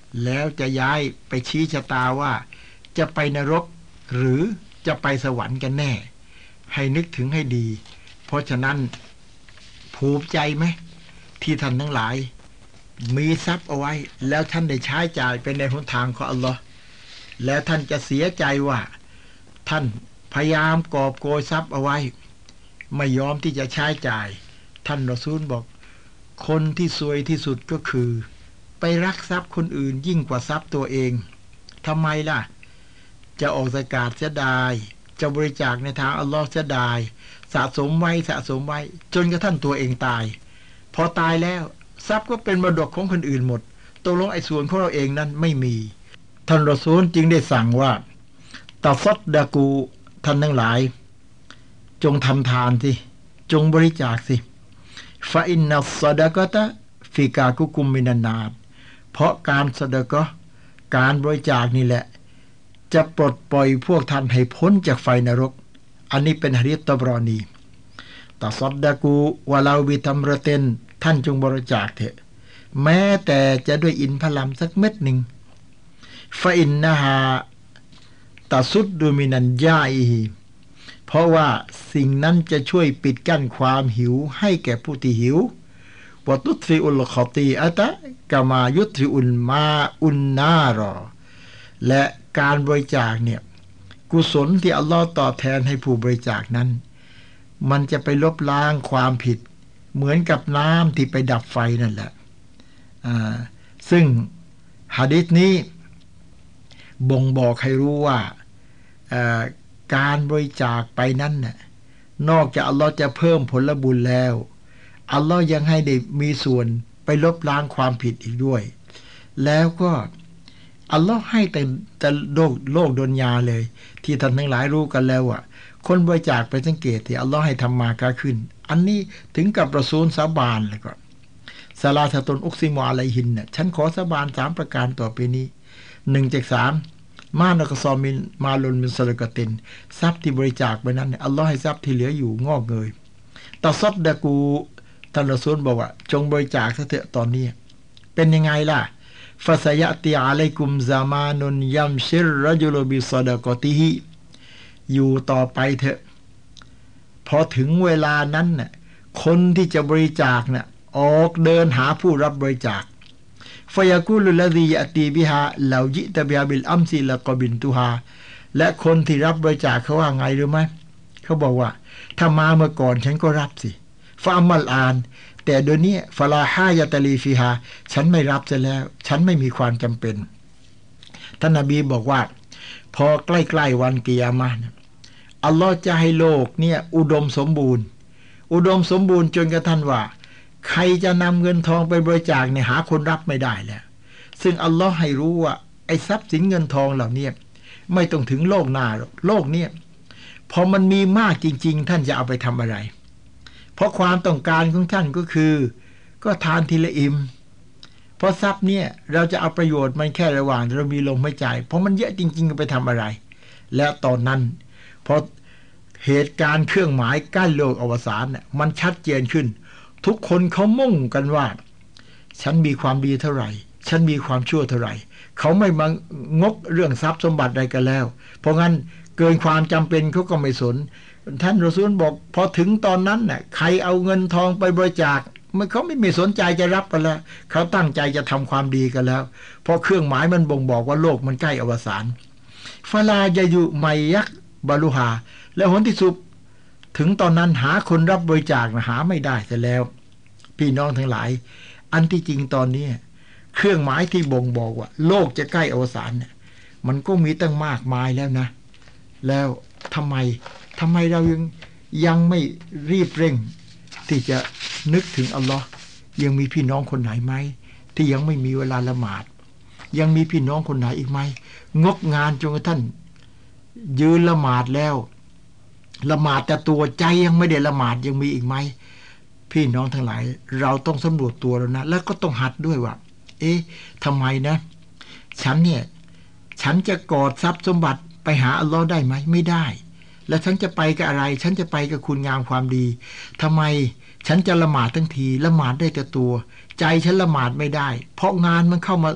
แล้วจะย้ายไปชี้ชะตาว่าจะไปนรกหรือจะไปสวรรค์กันแน่ให้นึกถึงให้ดีเพราะฉะนั้นภูมิใจไหมที่ท่านทั้งหลายมีทรัพย์เอาไว้แล้วท่านได้ใช้จ่ายไปในหนทางของอัลลอฮ์แล้วท่านจะเสียใจว่าท่านพยายามกอบโกยทรัพย์เอาไว้ไม่ยอมที่จะใช้จ่ายท่านรอซูลบอกคนที่ซวยที่สุดก็คือไปรักทรัพย์คนอื่นยิ่งกว่าทรัพย์ตัวเองทำไมล่ะจะออกซะกาตเสียดายจะบริจาคในทางอัลลอฮ์เสียดายสะสมไว้จนกระทั่งตัวเองตายพอตายแล้วทรัพย์ก็เป็นมรดกของคนอื่นหมดตกลงไอ้ส่วนของเราเองนั้นไม่มีท่านรอซูลจึงได้สั่งว่าตะฟัดดะกูท่านทั้งหลายจงทำทานสิจงบริจาคสิฟาอินนัสซะดะกะตะฟิกากุกุมมินันนารเพราะการซะดะกะห์การบริจาคนี่แหละจะปลดปล่อยพวกท่านให้พ้นจากไฟนรกอันนี้เป็นหะดีษตะบรอนีตะซัดดะกูวะลาบิตัมรเตนท่านจงบริจาคเถอะแม้แต่จะด้วยอินทผลัมสักเม็ดหนึ่งฟาอินนะฮาตะซุดดูมินันยาอิฮิเพราะว่าสิ่งนั้นจะช่วยปิดกั้นความหิวให้แก่ผู้ที่หิววะตุตฟิอุลคอตีอะตะกะมายุตฟิอุลมาอุนนารอและการบริจาคเนี่ยกุศลที่อัลลอฮ์ตอบแทนให้ผู้บริจาคนั้นมันจะไปลบล้างความผิดเหมือนกับน้ำที่ไปดับไฟนั่นแหละซึ่งหะดีษนี้บ่งบอกให้รู้ว่าการบริจาคไปนั้นน่ะนอกจากอัลลอฮ์จะเพิ่มผลบุญแล้วอัลลอฮ์ยังให้ได้มีส่วนไปลบล้างความผิดอีกด้วยแล้วก็อัลลอฮ์ให้แต่โลกดุนยาเลยที่ท่านทั้งหลายรู้กันแล้วคนบริจาคไปสังเกตที่อัลลอฮ์ให้ทำมาค้าขึ้นอันนี้ถึงกับรอซูลสาบานเลยก็ซาลาสะตุนอุกซิมออะลัยฮินน่ะฉันขอสาบาน3ประการต่อไปนี้1จาก3มานะกะซอมินมาลุนมินซะละกะตินทรัพย์ที่บริจาคไปนั้นอัลลอฮ์ให้ทรัพย์ที่เหลืออยู่งอกเงยตะซัดดะกูท่านรอซูลบอกว่าจงบริจาคซะเถอะตอนนี้เป็นยังไงล่ะฟะซะยะติอะลัยกุมซะมานุนยัมชิรรจุลบิศอดะกอติฮิอยู่ต่อไปเถอะพอถึงเวลานั้นน่ะคนที่จะบริจาคน่ะออกเดินหาผู้รับบริจาคฟะยะกูลุลลซียะตีบิฮาลาจิตะบิฮาบิลอัมซิละกอบินตุฮาและคนที่รับบริจาคเขาว่าไงรู้ไหมเขาบอกว่าถ้ามาเมื่อก่อนฉันก็รับสิฟะอัมมัลอานแต่เดี๋ยวนี้ฟะลาฮายะตะลีฟิฮาฉันไม่รับซะแล้วฉันไม่มีความจำเป็นท่านนบีบอกว่าพอใกล้ๆวันกิยามะห์อัลลอฮ์จะให้โลกเนี่ยอุดมสมบูรณ์จนกระทั่งว่าใครจะนำเงินทองไปบริจาคเนี่ยหาคนรับไม่ได้แล้วซึ่งอัลลอฮ์ให้รู้ว่าไอ้ทรัพย์สินเงินทองเหล่านี้ไม่ต้องถึงโลกหน้าหรอกโลกเนี่ยพอมันมีมากจริงๆท่านจะเอาไปทำอะไรเพราะความต้องการของท่านก็คือก็ทานทีละอิ่มเพราะทรัพย์เนี่ยเราจะเอาประโยชน์มันแค่ระหว่างเรามีลมหายใจเพราะมันเยอะจริงๆไปทำอะไรและตอนนั้นพอเหตุการณ์เครื่องหมายใกล้โลกอวสานเนี่ยมันชัดเจนขึ้นทุกคนเขามุ่งกันว่าฉันมีความดีเท่าไหร่ฉันมีความชั่วเท่าไหร่เขาไม่มางกเรื่องทรัพย์สมบัติใดกันแล้วเพราะงั้นเกินความจำเป็นเขาก็ไม่สนท่านรอซูลบอกพอถึงตอนนั้นน่ะใครเอาเงินทองไปบริจาคเขาไม่สนใจจะรับกันแล้วเขาตั้งใจจะทำความดีกันแล้วเพราะเครื่องหมายมันบ่งบอกว่าโลกมันใกล้อวสานฟาลาจะอยู่ไมยักบาลุฮาและผลที่สุดถึงตอนนั้นหาคนรับบริจาคหาไม่ได้เสียแล้วพี่น้องทั้งหลายอันที่จริงตอนนี้เครื่องหมายที่บ่งบอกว่าโลกจะใกล้อวสานเนี่ยมันก็มีตั้งมากมายแล้วนะแล้วทำไมเรายังไม่รีบเร่งที่จะนึกถึงอัลลอฮ์ยังมีพี่น้องคนไหนไหมที่ยังไม่มีเวลาละหมาดยังมีพี่น้องคนไหนอีกไหมงกงานจนกระทั่งยืนละหมาดแล้วละหมาดแต่ตัวใจยังไม่ได้ละหมาดยังมีอีกไหมพี่น้องทั้งหลายเราต้องสำรวจตัวแล้วนะแล้วก็ต้องหัดด้วยว่าทำไมนะฉันจะกอดทรัพย์สมบัติไปหาอัลลอฮ์ได้ไหมไม่ได้แล้วฉันจะไปกับอะไรฉันจะไปกับคุณงามความดีทำไมฉันจะละหมาดทั้งทีละหมาดได้แต่ตัวใจฉันละหมาดไม่ได้เพราะงานมันเข้ามา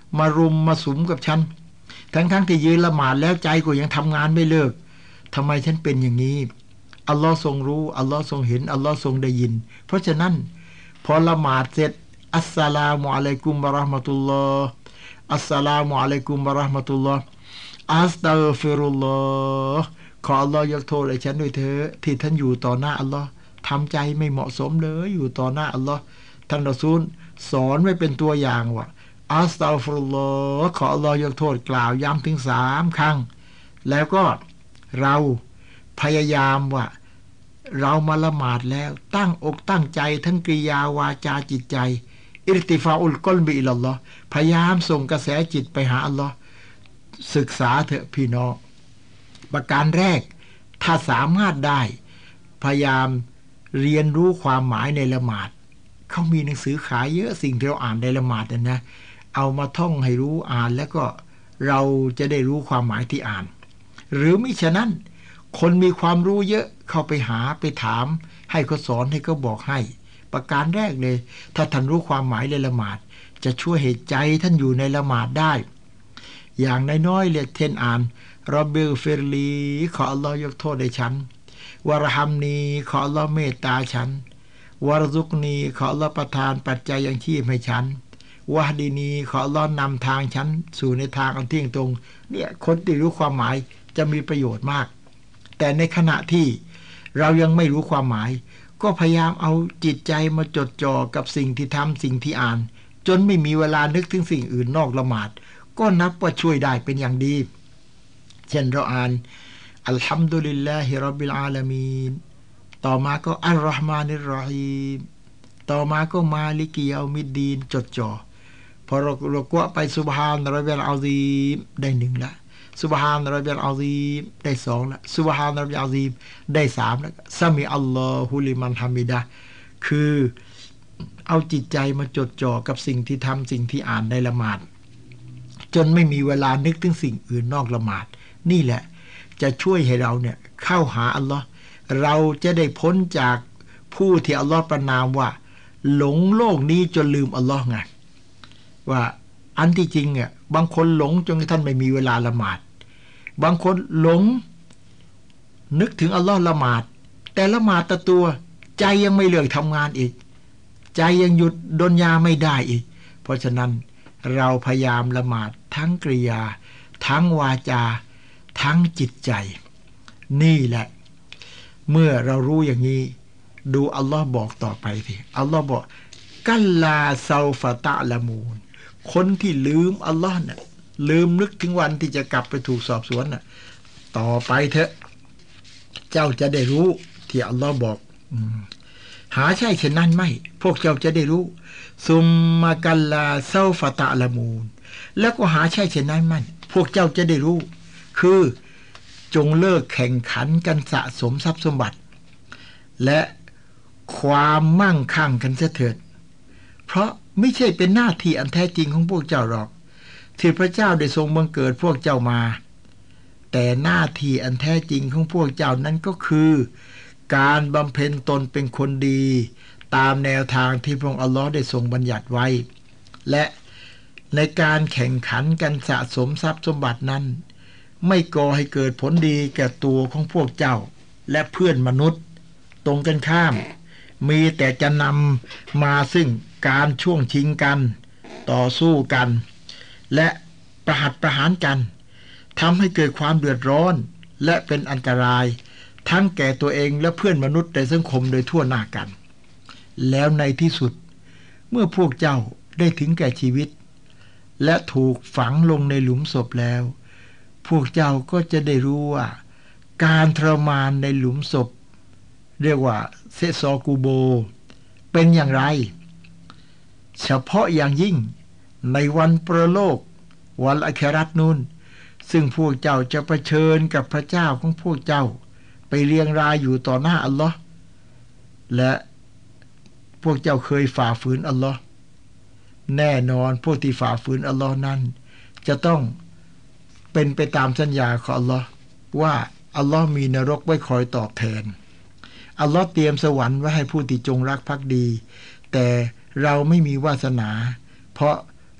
มารุมมาสุมกับฉันทั้งที่ยืนละหมาดแล้วใจก็ยังทำงานไม่เลิกทำไมฉันเป็นอย่างนี้อัลลอฮ์ทรงรู้อัลลอฮ์ทรงเห็นอัลลอฮ์ทรงได้ยินเพราะฉะนั้นพอละหมาดเสร็จอัสสลามุอะลัยกุมวะเราะห์มะตุลลอฮ์อัสสลามุอะลัยกุมวะเราะห์มะตุลลอฮ์อัสตัฆฟิรุลลอฮ์ขออัลลอฮ์ยกโทษให้ฉันด้วยเถิดที่ท่านอยู่ต่อหน้าอัลลอฮ์ทำใจไม่เหมาะสมเลยอยู่ต่อหน้าอัลลอฮ์ท่านรอซูลสอนไว้เป็นตัวอย่างว่าอัสตัฆฟิรุลลอฮ์ขออัลลอฮ์ยกโทษกล่าวย้ำถึง3 ครั้งแล้วก็เราพยายามว่าเรามาละหมาดแล้วตั้งอกตั้งใจทั้งกริยาวาจาจิตใจอิรติฟาอุลกลบิอิลลัลลอฮ์พยายามส่งกระแสจิตไปหาอัลลอฮ์ศึกษาเถอะพี่น้องประการแรกถ้าสามารถได้พยายามเรียนรู้ความหมายในละหมาดเขามีหนังสือขายเยอะสิ่งที่เราอ่านในละหมาดนะเอามาท่องให้รู้อ่านแล้วก็เราจะได้รู้ความหมายที่อ่านหรือมิฉะนั้นคนมีความรู้เยอะเข้าไปหาไปถามให้เขาสอนให้เขาบอกให้ประการแรกเลยถ้าท่านรู้ความหมายในละหมาดจะช่วยให้ใจท่านอยู่ในละหมาดได้อย่างน้อยๆเลยเช่นอ่านรอบบิลฟิรลีขออัลลอฮ์ยกโทษให้ฉันวะรฮัมนีขออัลลอฮ์เมตตาฉันวะรซุกนีขออัลลอฮ์ประทานปัจจัยยังชีพให้ฉันวะฮดีนีขออัลลอฮ์นำทางฉันสู่ในทางอันเที่ยงตรงเนี่ยคนที่รู้ความหมายจะมีประโยชน์มากแต่ในขณะที่เรายังไม่รู้ความหมายก็พยายามเอาจิตใจมาจดจ่อกับสิ่งที่ทำสิ่งที่อ่านจนไม่มีเวลานึกถึงสิ่งอื่นนอกละหมาดก็นับว่าช่วยได้เป็นอย่างดีเช่นเราอ่านอัลฮัมดุลิลลาฮิร็อบบิลอาลามีนต่อมาก็อัลเราะห์มานิรเราะฮีมต่อมาก็มาลิกิยามิดดีนจดจ่อพอเรากวะไปซุบฮานร็อบบิลอาซีมได้1ละซุบฮานร็อบบิลอาซีมได้2ละซุบฮานร็อบบิลอาซีมได้3แล้วซะมีอัลลอฮุลิมันฮามิดะคือเอาจิตใจมาจดจ่อกับสิ่งที่ทำสิ่งที่อ่านในละหมาดจนไม่มีเวลานึกถึงสิ่งอื่นนอกละหมาดนี่แหละจะช่วยให้เราเนี่ยเข้าหาอัลลอฮ์เราจะได้พ้นจากผู้ที่อัลลอฮ์ประนามว่าหลงโลกนี้จนลืมอัลลอฮ์ไงว่าอันที่จริงเนี่ยบางคนหลงจนท่านไม่มีเวลาละหมาดบางคนหลงนึกถึงอัลลอฮ์ละหมาดแต่ละหมาดแต่ตัวใจยังไม่เลิกทำงานอีกใจยังหยุดดนยาไม่ได้อีกเพราะฉะนั้นเราพยายามละหมาดทั้งกริยาทั้งวาจาทั้งจิตใจนี่แหละเมื่อเรารู้อย่างนี้ดูอัลลอฮ์บอกต่อไปสิอัลลอฮ์บอกกัลลาซาฟะตะละมูนคนที่ลืมอัลลอฮ์น่ะลืมนึกถึงวันที่จะกลับไปถูกสอบสวนน่ะต่อไปเถอะเจ้าจะได้รู้ที่อัลลอฮ์บอกหาใช่เช่นนั้นไม่พวกเจ้าจะได้รู้ซุมมากัลลาซาฟะตะละมูนแล้วก็หาใช่เช่นนั้นมันพวกเจ้าจะได้รู้คือจงเลิกแข่งขันกันสะสมทรัพย์สมบัติและความมั่งคั่งกันเสียเถิดเพราะไม่ใช่เป็นหน้าที่อันแท้จริงของพวกเจ้าหรอกที่พระเจ้าได้ทรงบังเกิดพวกเจ้ามาแต่หน้าที่อันแท้จริงของพวกเจ้านั้นก็คือการบำเพ็ญตนเป็นคนดีตามแนวทางที่พระองค์อัลลอฮ์ได้ทรงบัญญัติไว้และในการแข่งขันกันสะสมทรัพย์สมบัตินั้นไม่ก่อให้เกิดผลดีแก่ตัวของพวกเจ้าและเพื่อนมนุษย์ตรงกันข้ามมีแต่จะนำมาซึ่งการช่วงชิงกันต่อสู้กันและประหัตประหารกันทำให้เกิดความเดือดร้อนและเป็นอันตรายทั้งแก่ตัวเองและเพื่อนมนุษย์ในสังคมโดยทั่วหน้ากันแล้วในที่สุดเมื่อพวกเจ้าได้ถึงแก่ชีวิตและถูกฝังลงในหลุมศพแล้วพวกเจ้าก็จะได้รู้ว่าการทรมานในหลุมศพเรียกว่าเซซอกูโบเป็นอย่างไรเฉพาะอย่างยิ่งในวันประโลกวันอาคิเราะห์นู้นซึ่งพวกเจ้าจะเผชิญกับพระเจ้าของพวกเจ้าไปเรียงรายอยู่ต่อหน้าอัลลอฮ์และพวกเจ้าเคยฝ่าฝืนอัลลอฮ์แน่นอนพวกที่ฝ่าฝืนอัลลอฮ์นั้นจะต้องเป็นไปตามสัญญาของอัลลอฮ์ว่าอัลลอฮ์มีนรกไว้คอยตอบแทนอัลลอฮ์เตรียมสวรรค์ไว้ให้ผู้ที่จงรักภักดีแต่เราไม่มีวาสนาเพราะ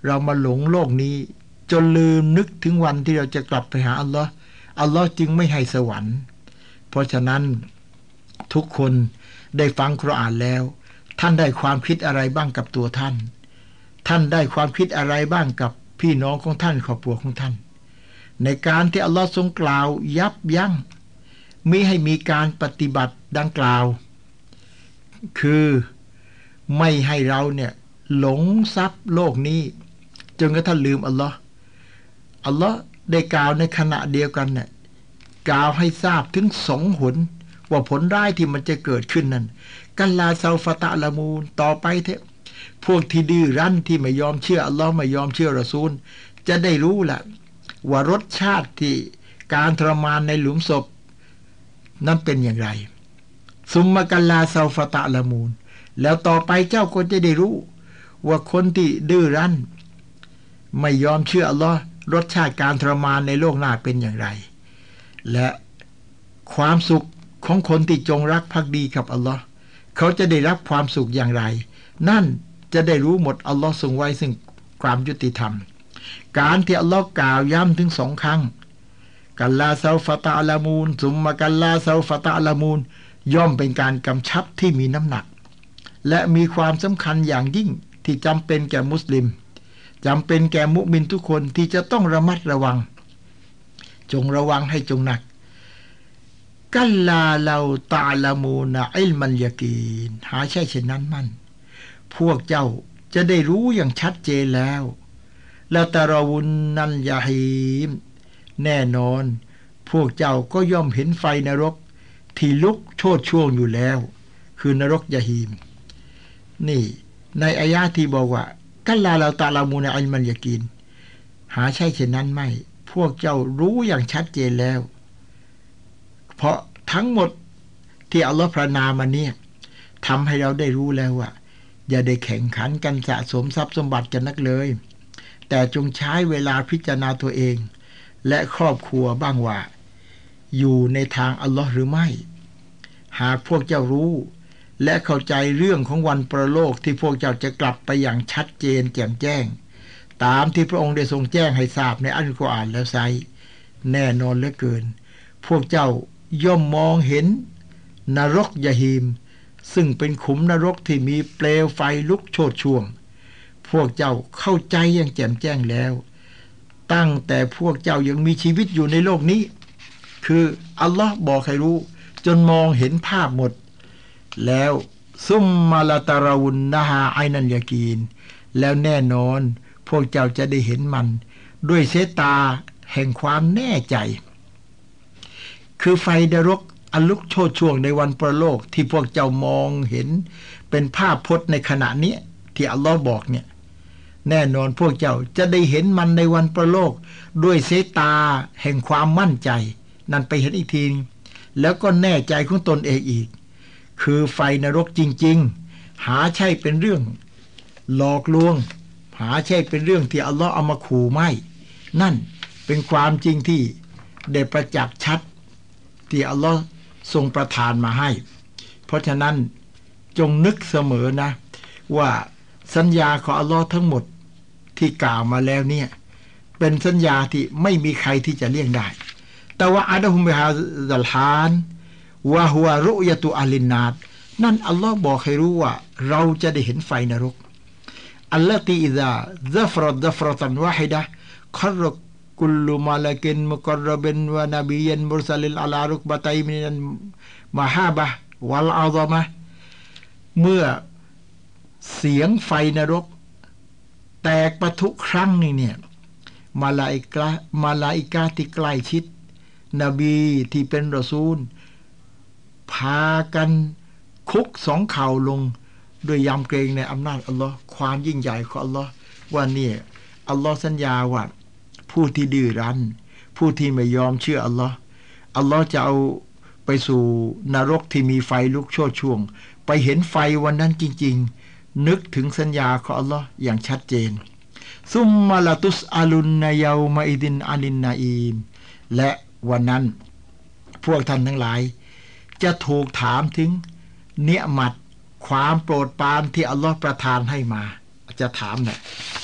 เรามาหลงโลกนี้จนลืมนึกถึงวันที่เราจะกลับไปหาอัลลอฮ์จึงไม่ให้สวรรค์เพราะฉะนั้นทุกคนได้ฟังกุรอานแล้วท่านได้ความคิดอะไรบ้างกับตัวท่านได้ความคิดอะไรบ้างกับพี่น้องของท่านครอบครัวของท่านในการที่อัลลอฮ์ทรงกล่าวยับยั้งมิให้มีการปฏิบัติดังกล่าวคือไม่ให้เราเนี่ยหลงทรัพย์โลกนี้จนกระทั่งลืมอัลลอฮ์ได้กล่าวในขณะเดียวกันเนี่ยกล่าวให้ทราบถึง2 หนว่าผลร้ายที่มันจะเกิดขึ้นนั้นกัลลาซาฟะตะละมูนต่อไปเถอะพวกที่ดื้อรั้นที่ไม่ยอมเชื่ออัลลอฮ์ไม่ยอมเชื่อรอซูลจะได้รู้แหละว่ารสชาติที่การทรมานในหลุมศพนั้นเป็นอย่างไรซุมมะกัลลาซาฟะตะละมูนแล้วต่อไปเจ้าก็จะได้รู้ว่าคนที่ดื้อรั้นไม่ยอมเชื่ออัลลอฮ์รสชาติการทรมานในโลกหน้าเป็นอย่างไรและความสุขของคนที่จงรักภักดีกับอัลลอฮ์เขาจะได้รับความสุขอย่างไรนั่นจะได้รู้หมดอัลลอฮ์ทรงไว้ซึ่งความยุติธรรมการที่อัลลอฮ์กล่าวย้ำถึง2 ครั้งกัลลาซาฟะตะละมูนซุมมะกัลลาซาฟะตะละมูนย่อมเป็นการกำชับที่มีน้ำหนักและมีความสำคัญอย่างยิ่งที่จำเป็นแก่มุสลิมจำเป็นแก่มุมินทุกคนที่จะต้องระมัดระวังจงระวังให้จงหนักกัลลาเราตะละมูนะอิลมัลยะกีนหาใช่เช่นนั้นมั่นพวกเจ้าจะได้รู้อย่างชัดเจนแล้วละตะรอวุนนัลยะฮีมแน่นอนพวกเจ้าก็ย่อมเห็นไฟนรกที่ลุกโชติช่วงอยู่แล้วคือนรกยะฮีมนี่ในอายะห์ที่บอกว่ากัลลาเราตะละมูนะอิลมัลยะกีนหาใช่เช่นนั้นไม่พวกเจ้ารู้อย่างชัดเจนแล้วเพราะทั้งหมดที่อัลลอฮ์พระนามมาเนี่ยทำให้เราได้รู้แล้วว่าอย่าได้แข่งขันกันสะสมทรัพย์สมบัติกันนักเลยแต่จงใช้เวลาพิจารณาตัวเองและครอบครัวบ้างว่าอยู่ในทางอัลลอฮ์หรือไม่หากพวกเจ้ารู้และเข้าใจเรื่องของวันประโลกที่พวกเจ้าจะกลับไปอย่างชัดเจนแจ่มแจ้งตามที่พระองค์ได้ทรงแจ้งให้ทราบในอัลกุรอานแล้วไซแน่นอนเหลือเกินพวกเจ้าย่อมมองเห็นนรกยะฮีมซึ่งเป็นขุมนรกที่มีเปลวไฟลุกโชติช่วงพวกเจ้าเข้าใจอย่างแจ่มแจ้งแล้วตั้งแต่พวกเจ้ายังมีชีวิตอยู่ในโลกนี้คืออัลลอฮ์บอกให้รู้จนมองเห็นภาพหมดแล้วซุมมาลาตาราวุนนะฮาไอนันยากีนแล้วแน่นอนพวกเจ้าจะได้เห็นมันด้วยสายตาแห่งความแน่ใจคือไฟนรกอันลุกโชติช่วงในวันประโลกที่พวกเจ้ามองเห็นเป็นภาพพจน์ในขณะนี้ที่อัลลอฮ์บอกเนี่ยแน่นอนพวกเจ้าจะได้เห็นมันในวันประโลกด้วยสายตาแห่งความมั่นใจนั่นไปเห็นอีกทีแล้วก็แน่ใจของตนเองอีกคือไฟนรกจริงๆหาใช่เป็นเรื่องหลอกลวงหาใช่เป็นเรื่องที่อัลลอฮ์เอามาขู่ไม่นั่นเป็นความจริงที่ได้ประจักษ์ชัดที่อัลลอฮ์ทรงประทานมาให้เพราะฉะนั้นจงนึกเสมอนะว่าสัญญาของอัลลอฮ์ทั้งหมดที่กล่าวมาแล้วเนี่ยเป็นสัญญาที่ไม่มีใครที่จะเลี่ยงได้แต่ว่าอาดะฮุมบิฮาซัลฮานวะฮุวะรุยะตุอะลินนาดนั่นอัลลอฮ์บอกให้รู้ว่าเราจะได้เห็นไฟนรกอัลลตีอิซาซัฟรัตซัฟรตันวาฮิดะคัรกุลมาลากินมุกรบินวะนบียันมุรสลิลอะลารุกบะตัยมินันมหาบะวัลอาซามะเมื่อเสียงไฟนรกแตกปะทุครั้งนี้เนี่ยมาลาอิกะที่ใกล้ชิดนบีที่เป็นรอซูลพากันคุก2 เข่าลงด้วยยำเกรงในอำนาจอัลลอฮ์ความยิ่งใหญ่ของอัลลอฮ์ว่าเนี่ยอัลลอฮ์สัญญาว่าผู้ที่ดื้อรั้นผู้ที่ไม่ยอมเชื่ออัลลอฮ์จะเอาไปสู่นรกที่มีไฟลุกโชติช่วงไปเห็นไฟวันนั้นจริงๆนึกถึงสัญญาของอัลลอฮ์อย่างชัดเจนซุมมาลาตุสอาลุนนะยามาอิดินอานินนาอีมและวันนั้นพวกท่านทั้งหลายจะถูกถามถึงเนียมัตความโปรดปรานที่อัลลอฮ์ประทานให้มาจะถามเนี่ย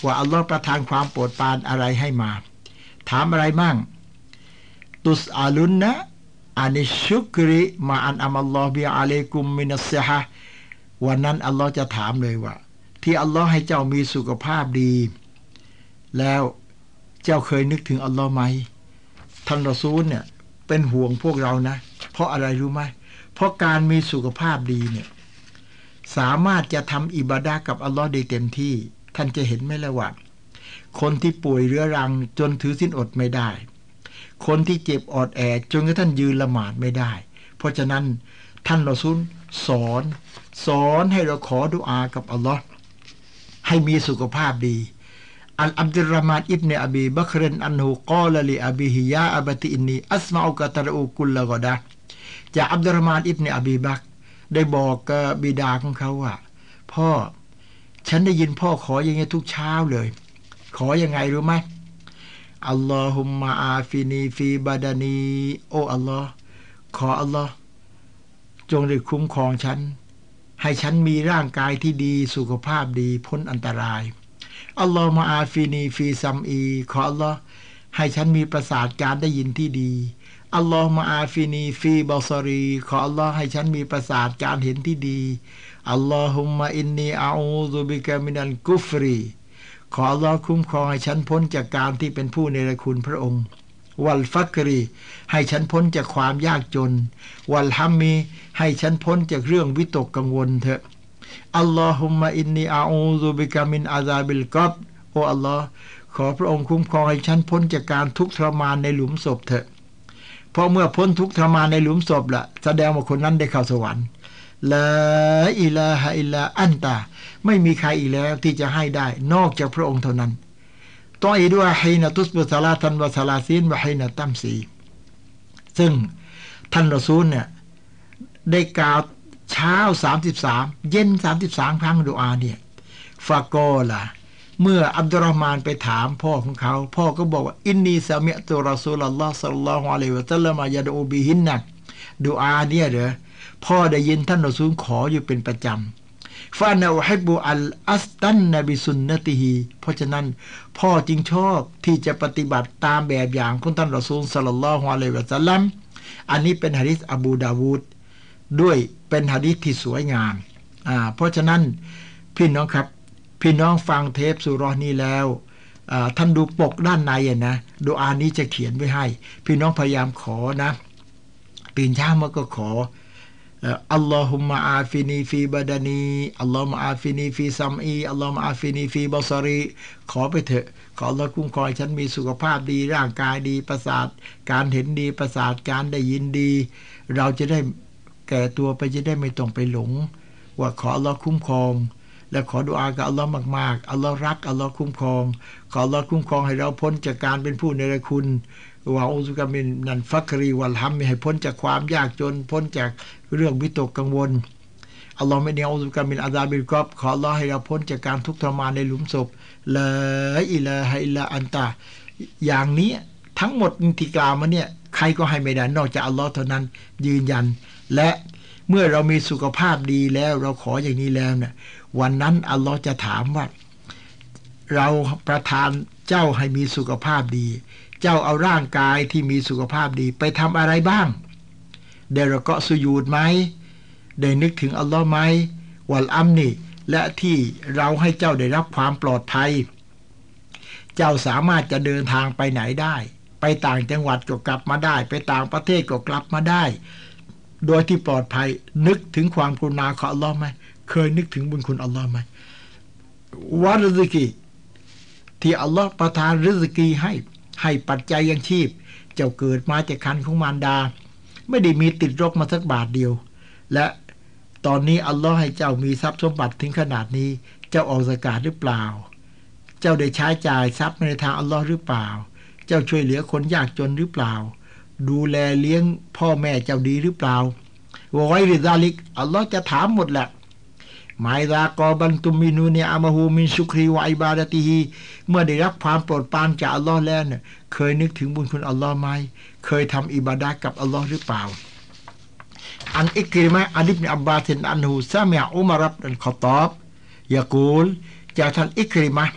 ว่าอัลลอฮ์ประทานความโปรดปรานอะไรให้มาถามอะไรมั่งตุสอาลุนนะอานิชุกริมาอันอัมัลลอฮฺบิอะลัยกุมมินัสซิฮะวันนั้นอัลลอฮ์จะถามเลยว่าที่อัลลอฮ์ให้เจ้ามีสุขภาพดีแล้วเจ้าเคยนึกถึงอัลลอฮ์ไหมท่านรอซูลเนี่ยเป็นห่วงพวกเรานะเพราะอะไรรู้ไหมเพราะการมีสุขภาพดีเนี่ยสามารถจะทำอิบาดะห์กับอัลลอฮ์ได้เต็มที่ท่านจะเห็นไหมล่ะว่าคนที่ป่วยเรื้อรังจนถือศีลอดไม่ได้คนที่เจ็บออดแอดจนกระทั่งยืนละหมาดไม่ได้เพราะฉะนั้นท่านรอซูลสอนให้เราขอดุอากับอัลลอฮ์ให้มีสุขภาพดีอับดุลรหมานอิบเนอบีบัครอันฮุกอลลิอบีฮิยาอับติอินนีอัสมาอุกะตะอูกุลละกอดะจากอับดุลรหมานอิบเนอบีบักได้บอกกับบิดาของเขาว่าพ่อฉันได้ยินพ่อขออย่างนี้ทุกเช้าเลยขอยังไงรู้ไหมอัลลอฮุมมะอาฟินีฟีบาดานีโออัลลอฮ์ขออัลลอฮ์จงได้คุ้มครองฉันให้ฉันมีร่างกายที่ดีสุขภาพดีพ้นอันตรายอัลลอฮ์มะอาฟินีฟีซัมอีขออัลลอฮ์ให้ฉันมีประสาทการได้ยินที่ดีอัลลอฮ์มะอาฟินีฟีบอซารีขออัลลอฮ์ให้ฉันมีประสาทการเห็นที่ดีอัลลอฮุมมะอินนีอาอูซุบิกะมินัลกุฟรีขออัลลอฮ์คุ้มครองให้ฉันพ้นจากการที่เป็นผู้เนรคุณพระองค์วัลฟักรีให้ฉันพ้นจากความยากจนวัลฮัมมีให้ฉันพ้นจากเรื่องวิตกกังวลเถอะอัลลอฮุมมะอินนีอาอูซุบิกะมินอาซาบิลกับรโออัลลอฮ์ขอพระองค์คุ้มครองให้ฉันพ้นจากการทุกข์ทรมานในหลุมศพเถอะเพราะเมื่อพ้นทุกข์ทรมานในหลุมศพละแสดงว่าคนนั้นได้เข้าสวรรค์ลาอิลาฮะอิลลาอันตาไม่มีใครอีกแล้วที่จะให้ได้นอกจากพระองค์เท่านั้นตออีด้วยฮีนะตุสบิซาลาตันวะซาลาซีนวะฮีนะตัมซีซึ่งท่านรอซูลเนี่ยได้กล่าวเช้า33เย็น33ครั้งดุอาเนี่ยฟะกอละเมื่ออับดุลรอห์มานไปถามพ่อของเขาพ่อก็บอกว่าอินนีซะมิอ์ตุรอซูลุลลอฮ์ศ็อลลัลลอฮุอะลัยฮิวะซัลลัมยะดูบิฮินนะดุอาเนี่ยเด้อพ่อได้ยินท่านรอซูลขออยู่เป็นประจำฟานะอุฮิบบุอัลอัสตันนบิสุนนะติฮีเพราะฉะนั้นพ่อจึงชอบที่จะปฏิบัติตามแบบอย่างของท่านรอซูลศ็อลลัลลอฮุอะลัยฮิวะซัลลัมอันนี้เป็นหะดีษอบูดาวูดด้วยเป็นหะดีษที่สวยงามเพราะฉะนั้นพี่น้องครับพี่น้องฟังเทปสุเราะห์นี้แล้วท่านดูปกด้านในนะดุอานี้จะเขียนไว้ให้พี่น้องพยายามขอนะตื่นเช้ามาก็ขออัลลอฮุมมะอาฟินีฟีบาดานีอัลลอฮุมะอาฟินีฟีซัมอีอัลลอฮุมะอาฟินีฟีบอซารีขอไปเถอะขออัลลอฮ์คุ้มครองฉันมีสุขภาพดีร่างกายดีประสาทการเห็นดีประสาทการได้ยินดีเราจะได้แก่ตัวไปจะได้ไม่ต้องไปหลงว่าขออัลลอฮ์คุ้มครองและขอดุอากับอัลลอฮ์มากๆอัลลอฮ์รักอัลลอฮ์คุ้มครองขออัลลอฮ์คุ้มครองให้เราพ้นจากการเป็นผู้เนรคุณวะอูซุกะมินนันฟักรีวัลฮัมให้พ้นจากความยากจนพ้นจากเรื่องวิตกกังวลอัลลอฮ์ไม่เนียอูซุกะมินอาซาบิลกับรขออัลลอฮ์ให้เราพ้นจากการทุกข์ทรมานในหลุมศพลาอิลาฮะอิลลาอันตาอย่างนี้ทั้งหมดที่กล่าวมาเนี่ยใครก็ให้ไม่ได้นอกจากอัลลอฮ์เท่านั้นยืนยันและเมื่อเรามีสุขภาพดีแล้วเราขออย่างนี้แล้วเนี่ยวันนั้นอัลลอฮ์จะถามว่าเราประทานเจ้าให้มีสุขภาพดีเจ้าเอาร่างกายที่มีสุขภาพดีไปทำอะไรบ้างได้เราก็สุญูดไหมได้นึกถึงอัลลอฮ์ไหมวัลอัมนีและที่เราให้เจ้าได้รับความปลอดภัยเจ้าสามารถจะเดินทางไปไหนได้ไปต่างจังหวัดก็กลับมาได้ไปต่างประเทศก็กลับมาได้โดยที่ปลอดภัยนึกถึงความกรุณาของอัลลอฮ์ไหมเคยนึกถึงบุญคุณอัลลอฮ์ไหมวะริซกีที่อัลลอฮ์ประทานริซกีให้ปัจจัยยังชีพเจ้าเกิดมาจากครรภ์ของมารดาไม่ได้มีติดรกมาสักบาทเดียวและตอนนี้อัลลอฮ์ให้เจ้ามีทรัพย์สมบัติถึงขนาดนี้เจ้าออกซะกาตหรือเปล่าเจ้าได้ใช้จ่ายทรัพย์ในทางอัลลอฮ์หรือเปล่าเจ้าช่วยเหลือคนยากจนหรือเปล่าดูแลเลี้ยงพ่อแม่เจ้าดีหรือเปล่าวะไกริซาลิกอัลลอฮ์จะถามหมดแหละหมายซากอบันตุมินูเนอามาฮูมินชุครีวะอิบาดะติฮีเมื่อได้รับความโปรดปรานจากอัลลอฮ์แล้วเนี่ยเคยนึกถึงบุญคุณอัลลอฮ์ไหมเคยทำอิบาดะห์กับอัลลอฮ์หรือเปล่าอันอิกริมะอันอิบนุอับบาสอันฮูซะมิอะอุมารอับดุลค็อฏฏอบยะกูลจากท่านอิกริมะ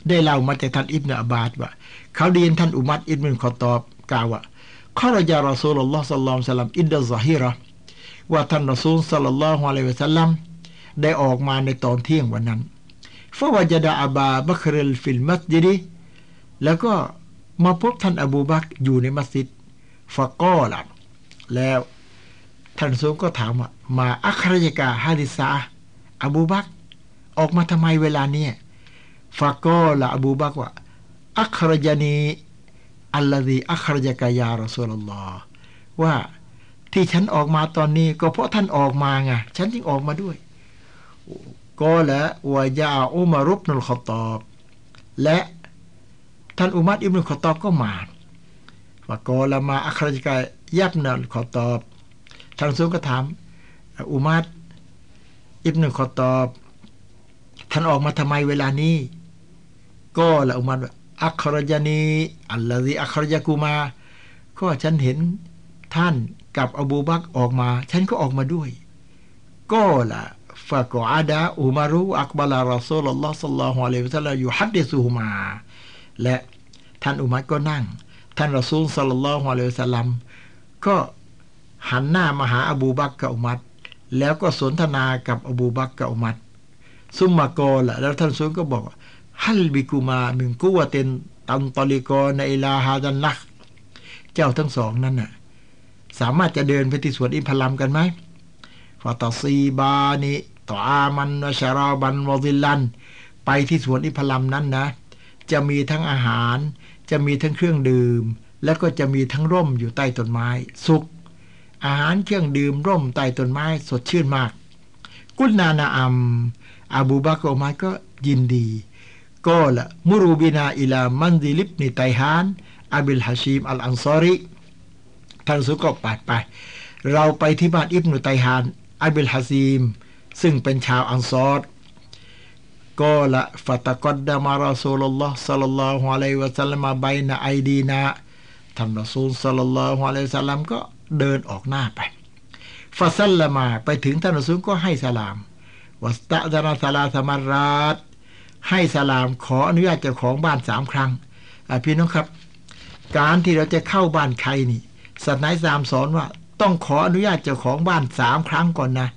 ได้เล่ามาจากท่านอิบนุอับบาสว่าเขาได้ยินท่านอุมัรอิบนุคอฏฏอบกล่าวว่าขอรจารอซูลุลลอฮ์ศ็อลลัลลอฮุอะลัยฮิวะซัลลัมอินดะซอฮีเราะห์ว่าท่านรอซูลศ็อลลัลลอฮุอะลัยฮิวะซัลลัมได้ออกมาในตอนเที่ยงวันนั้นฟะวะญะดะอะบาบักรฟิลมัสยิดแล้วก็มาพบท่านอบูบักรอยู่ในมัสยิดฟะกอละแล้วท่านรอซูลก็ถามว่ามาอัครจกะฮาดิซาอบูบักรออกมาทำไมเวลานี้ฟะกอละอบูบักรว่าอัครจานีอัลลซีอัครจกะยารอซูลุลลอฮ์ว่าที่ฉันออกมาตอนนี้ก็เพราะท่านออกมาไงฉันจึงออกมาด้วยก็และวะยาอุมรุบนุลขอตอบและท่านอุมัรอิบนุขอตอบก็มาว่าก็ละมาอัครจกะยับนุลขอตอบท่านซุลก็ถามอุมัรอิบนุขอตอบท่านออกมาทำไมเวลานี้ก็ละอุมัรอัครจานีอัลลซีอัครจกุมาก็ฉันเห็นท่านกับอบูบักรออกมาฉันก็ออกมาด้วยก็ละฟะกออาดะอุมารุอักบะลารอซูลุลลอฮ์ศ็อลลัลลอฮุอะลัยฮิวะซัลลัมยุฮัดดิซุฮุมาและท่านอุมัรก็นั่งท่านรอซูลศ็อลลัลลอฮุอะลัยฮิวะซัลลัมก็หันหน้ามาหาอบูบักรกับอุมัรแล้วก็สนทนากับอบูบักรกับอุมัรซุมมากอละแล้วท่านรอซูลก็บอกฮัลบิกุมามินกุวะตินตันตอลิกอในอิลาฮาดันนักเจ้าทั้งสองนั้นน่ะสามารถจะเดินไปที่สวนอินทผลัมกันไหมฟาตาซีบานิตออามันวะชาราบันวะซิลลันไปที่สวนอินทผลัมนั้นนะจะมีทั้งอาหารจะมีทั้งเครื่องดื่มแล้วก็จะมีทั้งร่มอยู่ใต้ต้นไม้สุกอาหารเครื่องดื่มร่มใต้ต้นไม้สดชื่นมากกุลนานาอัมอบูบักรอุมัรก็ยินดีก็ละมุรูบินาอิลามันซิลิบนิไตฮานอับิลฮาชิมอัลอันซอรีท่านรอซูลก็ปัดไปเราไปที่บ้านอิบนุไตฮานอับิลฮาซิมซึ่งเป็นชาวอันซอรก็ละฟะตะกัดดะมารอซูลุลลอฮ์ศ็อลลัลลอฮุอะลัยฮิวะซัลลัมบัยนะไอดีนาท่านรอซูลศ็อลลัลลอฮุอะลัยฮิวะซัลลัมก็เดินออกหน้าไปฟะซัลละมาไปถึงท่านรอซูลก็ให้สลามวัสตะซะนะซะลาสมัรราตให้สลามขออนุญาตเจ้าของบ้าน3ครั้งพี่น้องครับการที่เราจะเข้าบ้านใครนี่ศาสนาอิสลามสอนว่าต้องขออนุญาตเจ้าของบ้าน3ครั้งก่อนนะ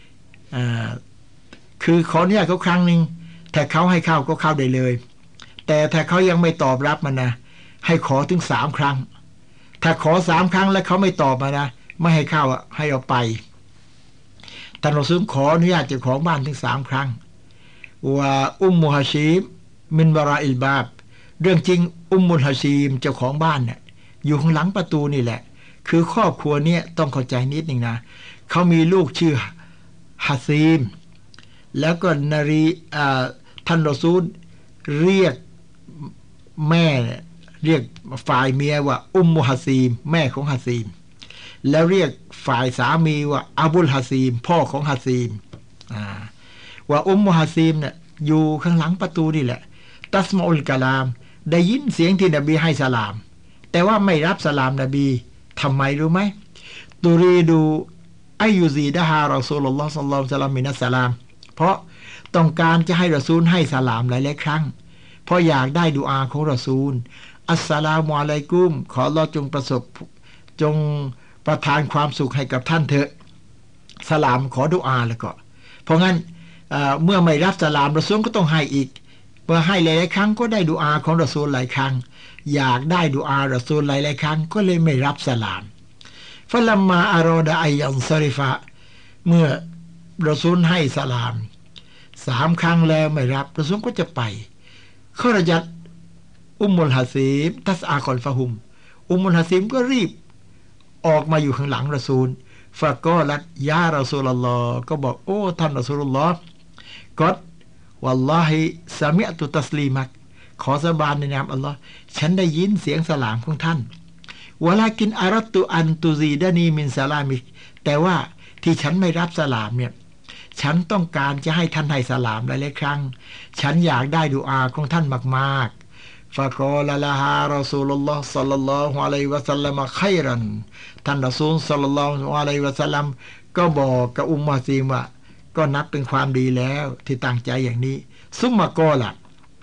คือขออนุญาตเขาครั้งนึงถ้าเขาให้เข้าก็เข้าได้เลยแต่ถ้าเขายังไม่ตอบรับมันนะให้ขอถึง3ครั้งถ้าขอ3ครั้งแล้วเขาไม่ตอบมานะไม่ให้เข้าให้เอาไปท่านรอซูลขออนุญาตเจ้าของบ้านถึง3ครั้งว่าอุมมุฮาชิมมินบาราอิลบาบเรื่องจริงอุมมุลฮาชิมเจ้าของบ้านเนี่ยอยู่ข้างหลังประตูนี่แหละคือครอบครัวเนี่ยต้องเข้าใจนิดนึงนะเขามีลูกชื่อฮัสซีมแล้วก็นารีท่านรอซูลเรียกแม่เรียกฝ่ายเมียว่าอุมมุฮัสซีมแม่ของฮัสซีมแล้วเรียกฝ่ายสามีว่าอับุลฮัสซีมพ่อของฮัสซีมว่าอุมมุฮัสซีมเนี่ยอยู่ข้างหลังประตูนี่แหละตัสมาอุลกะลามได้ยินเสียงที่นบีให้สลามแต่ว่าไม่รับสลามนบีทำไมรู้ไหมตุรีดูอายุซีดะฮารอซูลุลลอฮ์ศ็อลลัลลอฮุอะลัยฮิวะซัลลัมมินัสสลามเพราะต้องการจะให้รอซูลให้สลามหลายๆครั้งเพราะอยากได้ดุอาของรอซูลอัสสลามุอะลัยกุมขออัลเลาะห์จงประทานความสุขให้กับท่านเถอะสลามขอดุอาแล้วก็เพราะงั้นเมื่อไม่รับสลามรอซูลก็ต้องให้อีกเมื่อให้หลายๆครั้งก็ได้ดุอาของรอซูลหลายครั้งอยากได้ดุอารอซูลหลายๆครั้งก็เลยไม่รับสลามฟะลัมมาอารอดะอัยยันซอริฟะเมื่อรอซูลให้สลาม3ครั้งแล้วไม่รับรอซูลก็จะไปขอรจัดอุมมุลฮาซิมตัสอาคอลฟะฮุมอุมมุลฮาซิมก็รีบออกมาอยู่ข้างหลังรอซูลฟะกอลัดยารอซูลุลลอฮ์ก็บอกโอ้ท่านรอซูลุลลอฮ์กอดวัลลอฮิซะมิอะตุตัสลีมักขอสาบานในนามอัลลอฮ์ฉันได้ยินเสียงสลามของท่านวะลากินอารัตตุอันตุซีดานีมินซาลามิกแต่ว่าที่ฉันไม่รับสลามเนี่ยฉันต้องการจะให้ท่านให้สลามหลายๆครั้งฉันอยากได้ดุอาของท่านมากๆฟะกอลละฮารอซูลุลลอฮ์ศ็อลลัลลอฮุอะลัยฮิวะซัลลัมค็อยรันท่านรอซูลศ็อลลัลลอฮุอะลัยฮิวะซัลลัมก็บอกกับอุมมะซีมว่าก็นับเป็นความดีแล้วที่ตั้งใจอย่างนี้ซุมมะกอละ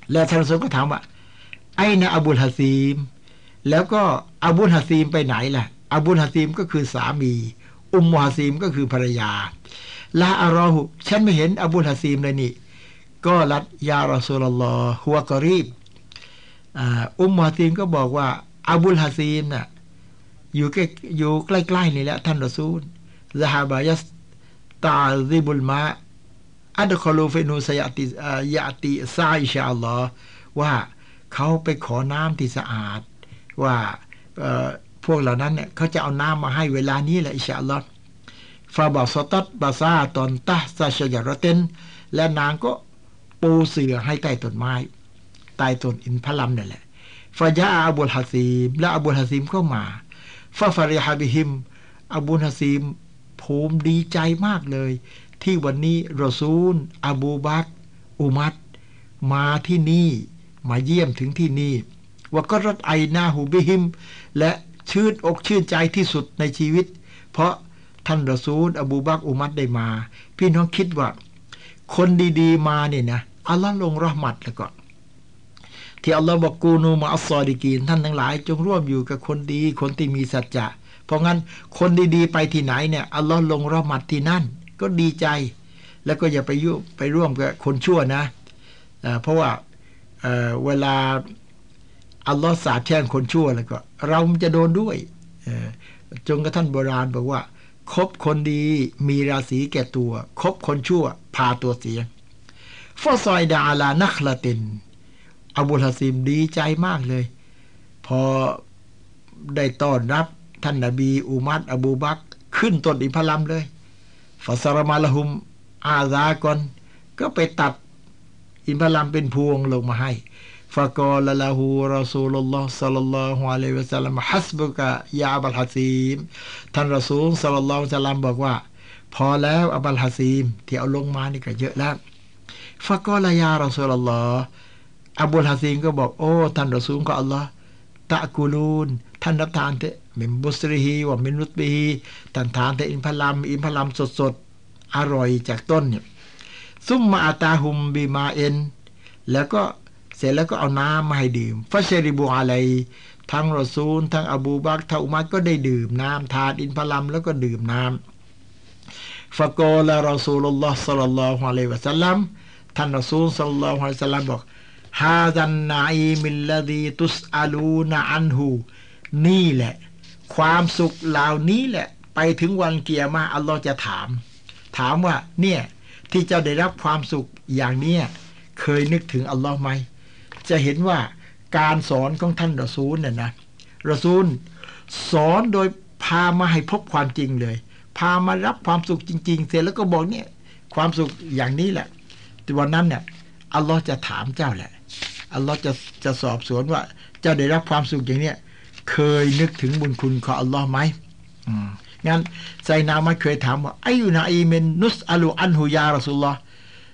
แล้วท่านรอซูลก็ถามว่าไอ้นะอบูลฮะซีมแล้วก็อบูลฮะซีมไปไหนล่ะอบูลฮะซีมก็คือสามีอุมมุฮะซีมก็คือภรรยาลาอารอหุฉันไม่เห็นอบูลฮะซีมเลยนี่ก็รัดยารอซูลุลลอฮ์ฮุวะกอรีบอุมมุฮะซีมก็บอกว่าอบูลฮะซีมน่ะอยู่ใกล้ๆนี่แหละท่านรอซูลซะฮาบะยัสตาซิบุลมาอัดคอลูฟินูสยะติซาอินชาอัลลอฮ์ว่าเขาไปขอน้ำที่สะอาดว่าพวกเหล่านั้นเนี่ยเขาจะเอาน้ำมาให้เวลานี้แหละอินชาอัลลอฮ์ฟาบาสตัดบาซาตอนตะซาชยารเตนและนางก็ปูเสื่อให้ใต้ต้นไม้ใต้ต้นอินทผลัมนั่นแหละฟาจาอบูลฮะซีมและอบูลฮะซีมเข้ามาฟาฟาริฮะบิฮิมอบูลฮะซีมภูมิดีใจมากเลยที่วันนี้รอซูลอบูบักรอุมัรมาที่นี่มาเยี่ยมถึงที่นี่วะกรัตไอนาหูบิฮิมและชื่นอกชื่นใจที่สุดในชีวิตเพราะท่านรอซูลอบูบักรอุมัรได้มาพี่น้องคิดว่าคนดีๆมาเนี่ยนะอัลลอฮ์ลงเราะห์มัตแล้วก็ที่อัลลอฮ์บอกกูนูมะอัสซอดิกีนท่านทั้งหลายจงร่วมอยู่กับคนดีคนที่มีสัจจะเพราะงั้นคนดีๆไปที่ไหนเนี่ยอัลลอฮ์ลงเราะห์มัตที่นั่นก็ดีใจแล้วก็อย่าไปร่วมกับคนชั่วนะเพราะว่าเวลาอัลลอฮ์สาปแช่งคนชั่วแล้วก็เราจะโดนด้วยจงกระทั่งโบราณบอกว่าคบคนดีมีราศีแก่ตัวคบคนชั่วพาตัวเสียฟอซอยดาลานักละตินอบูลฮะซิมดีใจมากเลยพอได้ต้อนรับท่านนบีอุมัรอบูบักรขึ้นต้นอินทผลัมเลยฟาซารมาละหุมอาซากอนก็ไปตัดอินทผลัมเป็นพวงลงมาให้ฟะกอลละฮูรอซูลุลลอฮ์ศ็อลลัลลอฮุอะลัยฮิวะซัลลัมฮัสบุกะยาอับัลฮะซีมท่านรอซูลศ็อลลัลลอฮุอะลัยฮิวะซัลลัมบอกว่าพอแล้วอับัลฮะซีมที่เอาลงมานี่ก็เยอะแล้วฟะกอลยารอซูลุลลอฮ์อบูลฮะซีมก็บอกโอ้ท่านรอซูลของอัลลอฮ์ตะกูลูนท่านรับทานเถอะมินบุสริฮีวะมินนุตบิฮีท่านทานแต่อินทผลัมสดๆอร่อยจากต้นเนี่ยซุมมาอาตาฮุมบิมาเอ็นแล้วก็เสร็จแล้วก็เอาน้ำมาให้ดื่มฟัชริบูอะไรทั้งรอซูลทั้งอบูบักรทั้งอุมัรก็ได้ดื่มน้ำทานอินทผลัมแล้วก็ดื่มน้ำฟะกอลารอซูลุลลอฮ์ศ็อลลัลลอฮุอะลัยฮิวะซัลลัมท่านรอซูลศ็อลลัลลอฮุอะลัยฮิวะซัลลัมบอกฮาซันนาอีมิลลดีตุสอาลูนอันฮูนี่แหละความสุขเหล่านี้แหละไปถึงวันเกียรมาอัลลอฮ์จะถามว่าเนี่ยที่เจ้าได้รับความสุขอย่างเนี้ยเคยนึกถึงอัลลอฮ์ไหมจะเห็นว่าการสอนของท่านรอซูลเนี่ยนะรอซูลสอนโดยพามาให้พบความจริงเลยพามารับความสุขจริงๆเสร็จแล้วก็บอกเนี่ยความสุขอย่างนี้แหละแต่วันนั้นเนี่ยอัลลอฮ์จะถามเจ้าแหละอัลลอฮ์จะสอบสวนว่าเจ้าได้รับความสุขอย่างเนี้ยเคยนึกถึงบุญคุณของอัลลอฮ์ไหมงั้นไซนามัดเคยถามว่าอายุนาอีเมนนุสอาลูอันฮุยารอซูลลอฮ์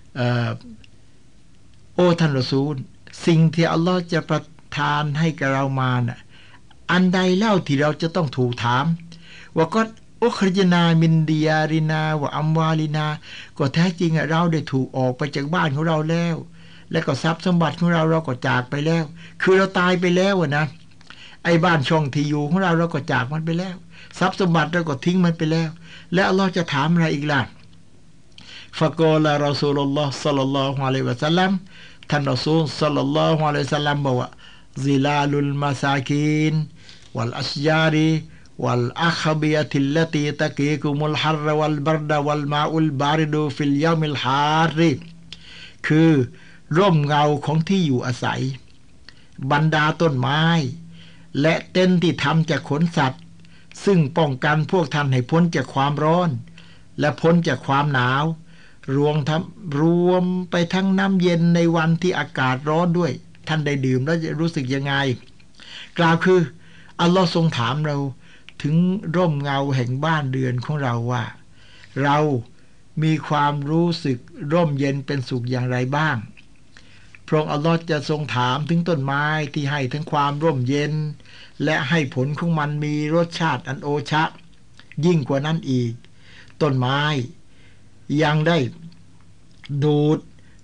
โอ้ท่านรอซูลสิ่งที่อัลลอฮ์จะประทานให้กับเรามาน่ะอันใดเล่าที่เราจะต้องถูกถามว่าก็อุครจนามินดิยารินาวะอัมวาลินาก็แท้จริงเราได้ถูกออกไปจากบ้านของเราแล้วและก็ทรัพย์สมบัติของเราก็จากไปแล้วคือเราตายไปแล้วนะไอ้บ้านช่องที่อยู่ของเราก็จากมันไปแล้วทรัพย์สมบัติเราก็ทิ้งมันไปแล้วและอัลลอฮ์จะถามอะไรอีกล่ะฟะกอลารอซูลุลลอฮ์ศ็อลลัลลอฮุอะลัยฮิวะซัลลัมท่านรอซูลศ็อลลัลลอฮุอะลัยฮิวะซัลลัมบอกว่าซิลาลุลมาซากีนวัลอัชญาริวัลอัคบิยะติลลตีตะกีกุมุลฮัรวัลบัรดะวัลมาอุลบาริดูฟิลยามิลฮาริคือร่มเงาของที่อยู่อาศัยบรรดาต้นไม้และเต็นท์ที่ทำจากขนสัตว์ซึ่งป้องกันพวกท่านให้พ้นจากความร้อนและพ้นจากความหนาวรวมไปทั้งน้ำเย็นในวันที่อากาศร้อนด้วยท่านได้ดื่มแล้วจะรู้สึกยังไงกล่าวคืออัลลอฮ์ทรงถามเราถึงร่มเงาแห่งบ้านเรือนของเราว่าเรามีความรู้สึกร่มเย็นเป็นสุขอย่างไรบ้างพระองค์อัลลอฮ์จะทรงถามถึงต้นไม้ที่ให้ทั้งความร่มเย็นและให้ผลของมันมีรสชาติอันโอชะยิ่งกว่านั้นอีกต้นไม้ยังได้ดูด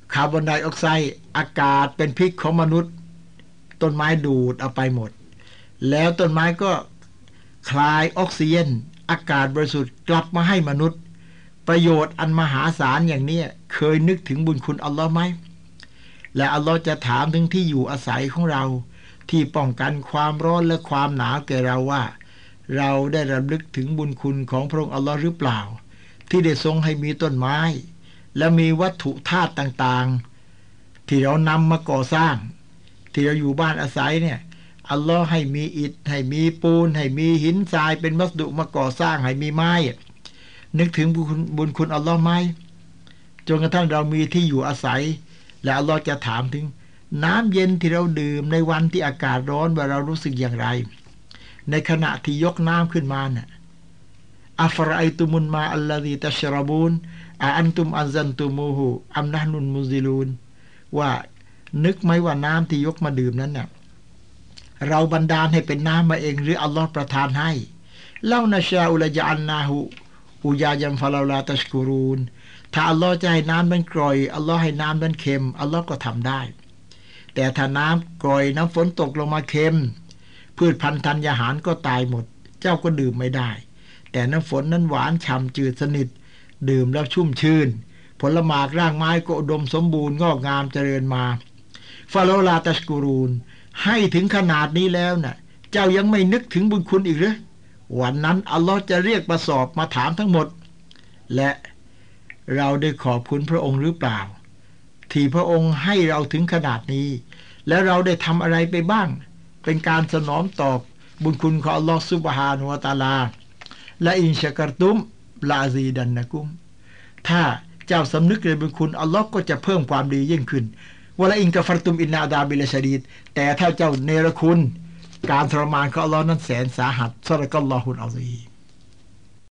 คาร์บอนไดออกไซด์อากาศเป็นพิษของมนุษย์ต้นไม้ดูดเอาไปหมดแล้วต้นไม้ก็คลายออกซิเจนอากาศบริสุทธิ์กลับมาให้มนุษย์ประโยชน์อันมหาศาลอย่างนี้เคยนึกถึงบุญคุณอัลลอฮ์ไหมและอัลลอฮ์จะถามถึงที่อยู่อาศัยของเราที่ป้องกันความร้อนและความหนาวแก่เราว่าเราได้รำลึกถึงบุญคุณของพระองค์อัลลอฮ์หรือเปล่าที่ได้ทรงให้มีต้นไม้และมีวัตถุธาตุต่างๆที่เรานำมาก่อสร้างที่เราอยู่บ้านอาศัยเนี่ยอัลลอฮ์ให้มีอิฐให้มีปูนให้มีหินทรายเป็นวัสดุมาก่อสร้างให้มีไม้นึกถึงบุญคุณอัลลอฮ์ไหมจนกระทั่งเรามีที่อยู่อาศัยและอัลลอฮ์จะถามถึงน้ำเย็นที่เราดื่มในวันที่อากาศร้อนว่าเรารู้สึกอย่างไรในขณะที่ยกน้ำขึ้นมาน่ะอัฟรอไอตุมุนมาอัลลอฮีตัชรบูนอันตุมอันซันตุมูฮูอัมนะนุนมุซิลูนว่านึกไหมว่าน้ำที่ยกมาดื่มนั้นน่ะเราบันดาลให้เป็นน้ำมาเองหรืออัลลอฮ์ประทานให้เล่านะชาอุลจอันนาหูอุยายัมฟาลาลาตัชกูรูนถ้าอัลลอฮ์จะให้น้ำมันกร่อยอัลลอฮ์ให้น้ำมันเค็มอัลลอฮ์ก็ทำได้แต่ถ้าน้ำกร่อยน้ำฝนตกลงมาเค็มพืชพันธุ์ธัญญาหารก็ตายหมดเจ้าก็ดื่มไม่ได้แต่น้ำฝนนั้นหวานฉ่ำจืดสนิทดื่มแล้วชุ่มชื่นผลหมากรากไม้ก็อุดมสมบูรณ์งอกงามเจริญมาฟาโลลาตัชกูรูนให้ถึงขนาดนี้แล้วน่ะเจ้ายังไม่นึกถึงบุญคุณอีกหรือวันนั้นอัลลอฮ์จะเรียกมาสอบมาถามทั้งหมดและเราได้ขอบคุณพระองค์หรือเปล่าที่พระองค์ให้เราถึงขนาดนี้แล้วเราได้ทำอะไรไปบ้างเป็นการสนองตอบบุญคุณของอัลลอฮ์ซุบฮานะฮูวะตะอาลาและอินชะกัรตุมลาซีดันนะกุมถ้าเจ้าสำนึกในบุญคุณอัลลอฮ์ก็จะเพิ่มความดียิ่งขึ้นวะลาอินกะฟัรตุมอินนาอาดาบิลชะดีดแต่ถ้าเจ้าเนรคุณการทรมานของอัลลอฮ์นั้นแสนสาหัสซะดะกัลลอฮุลอะซีม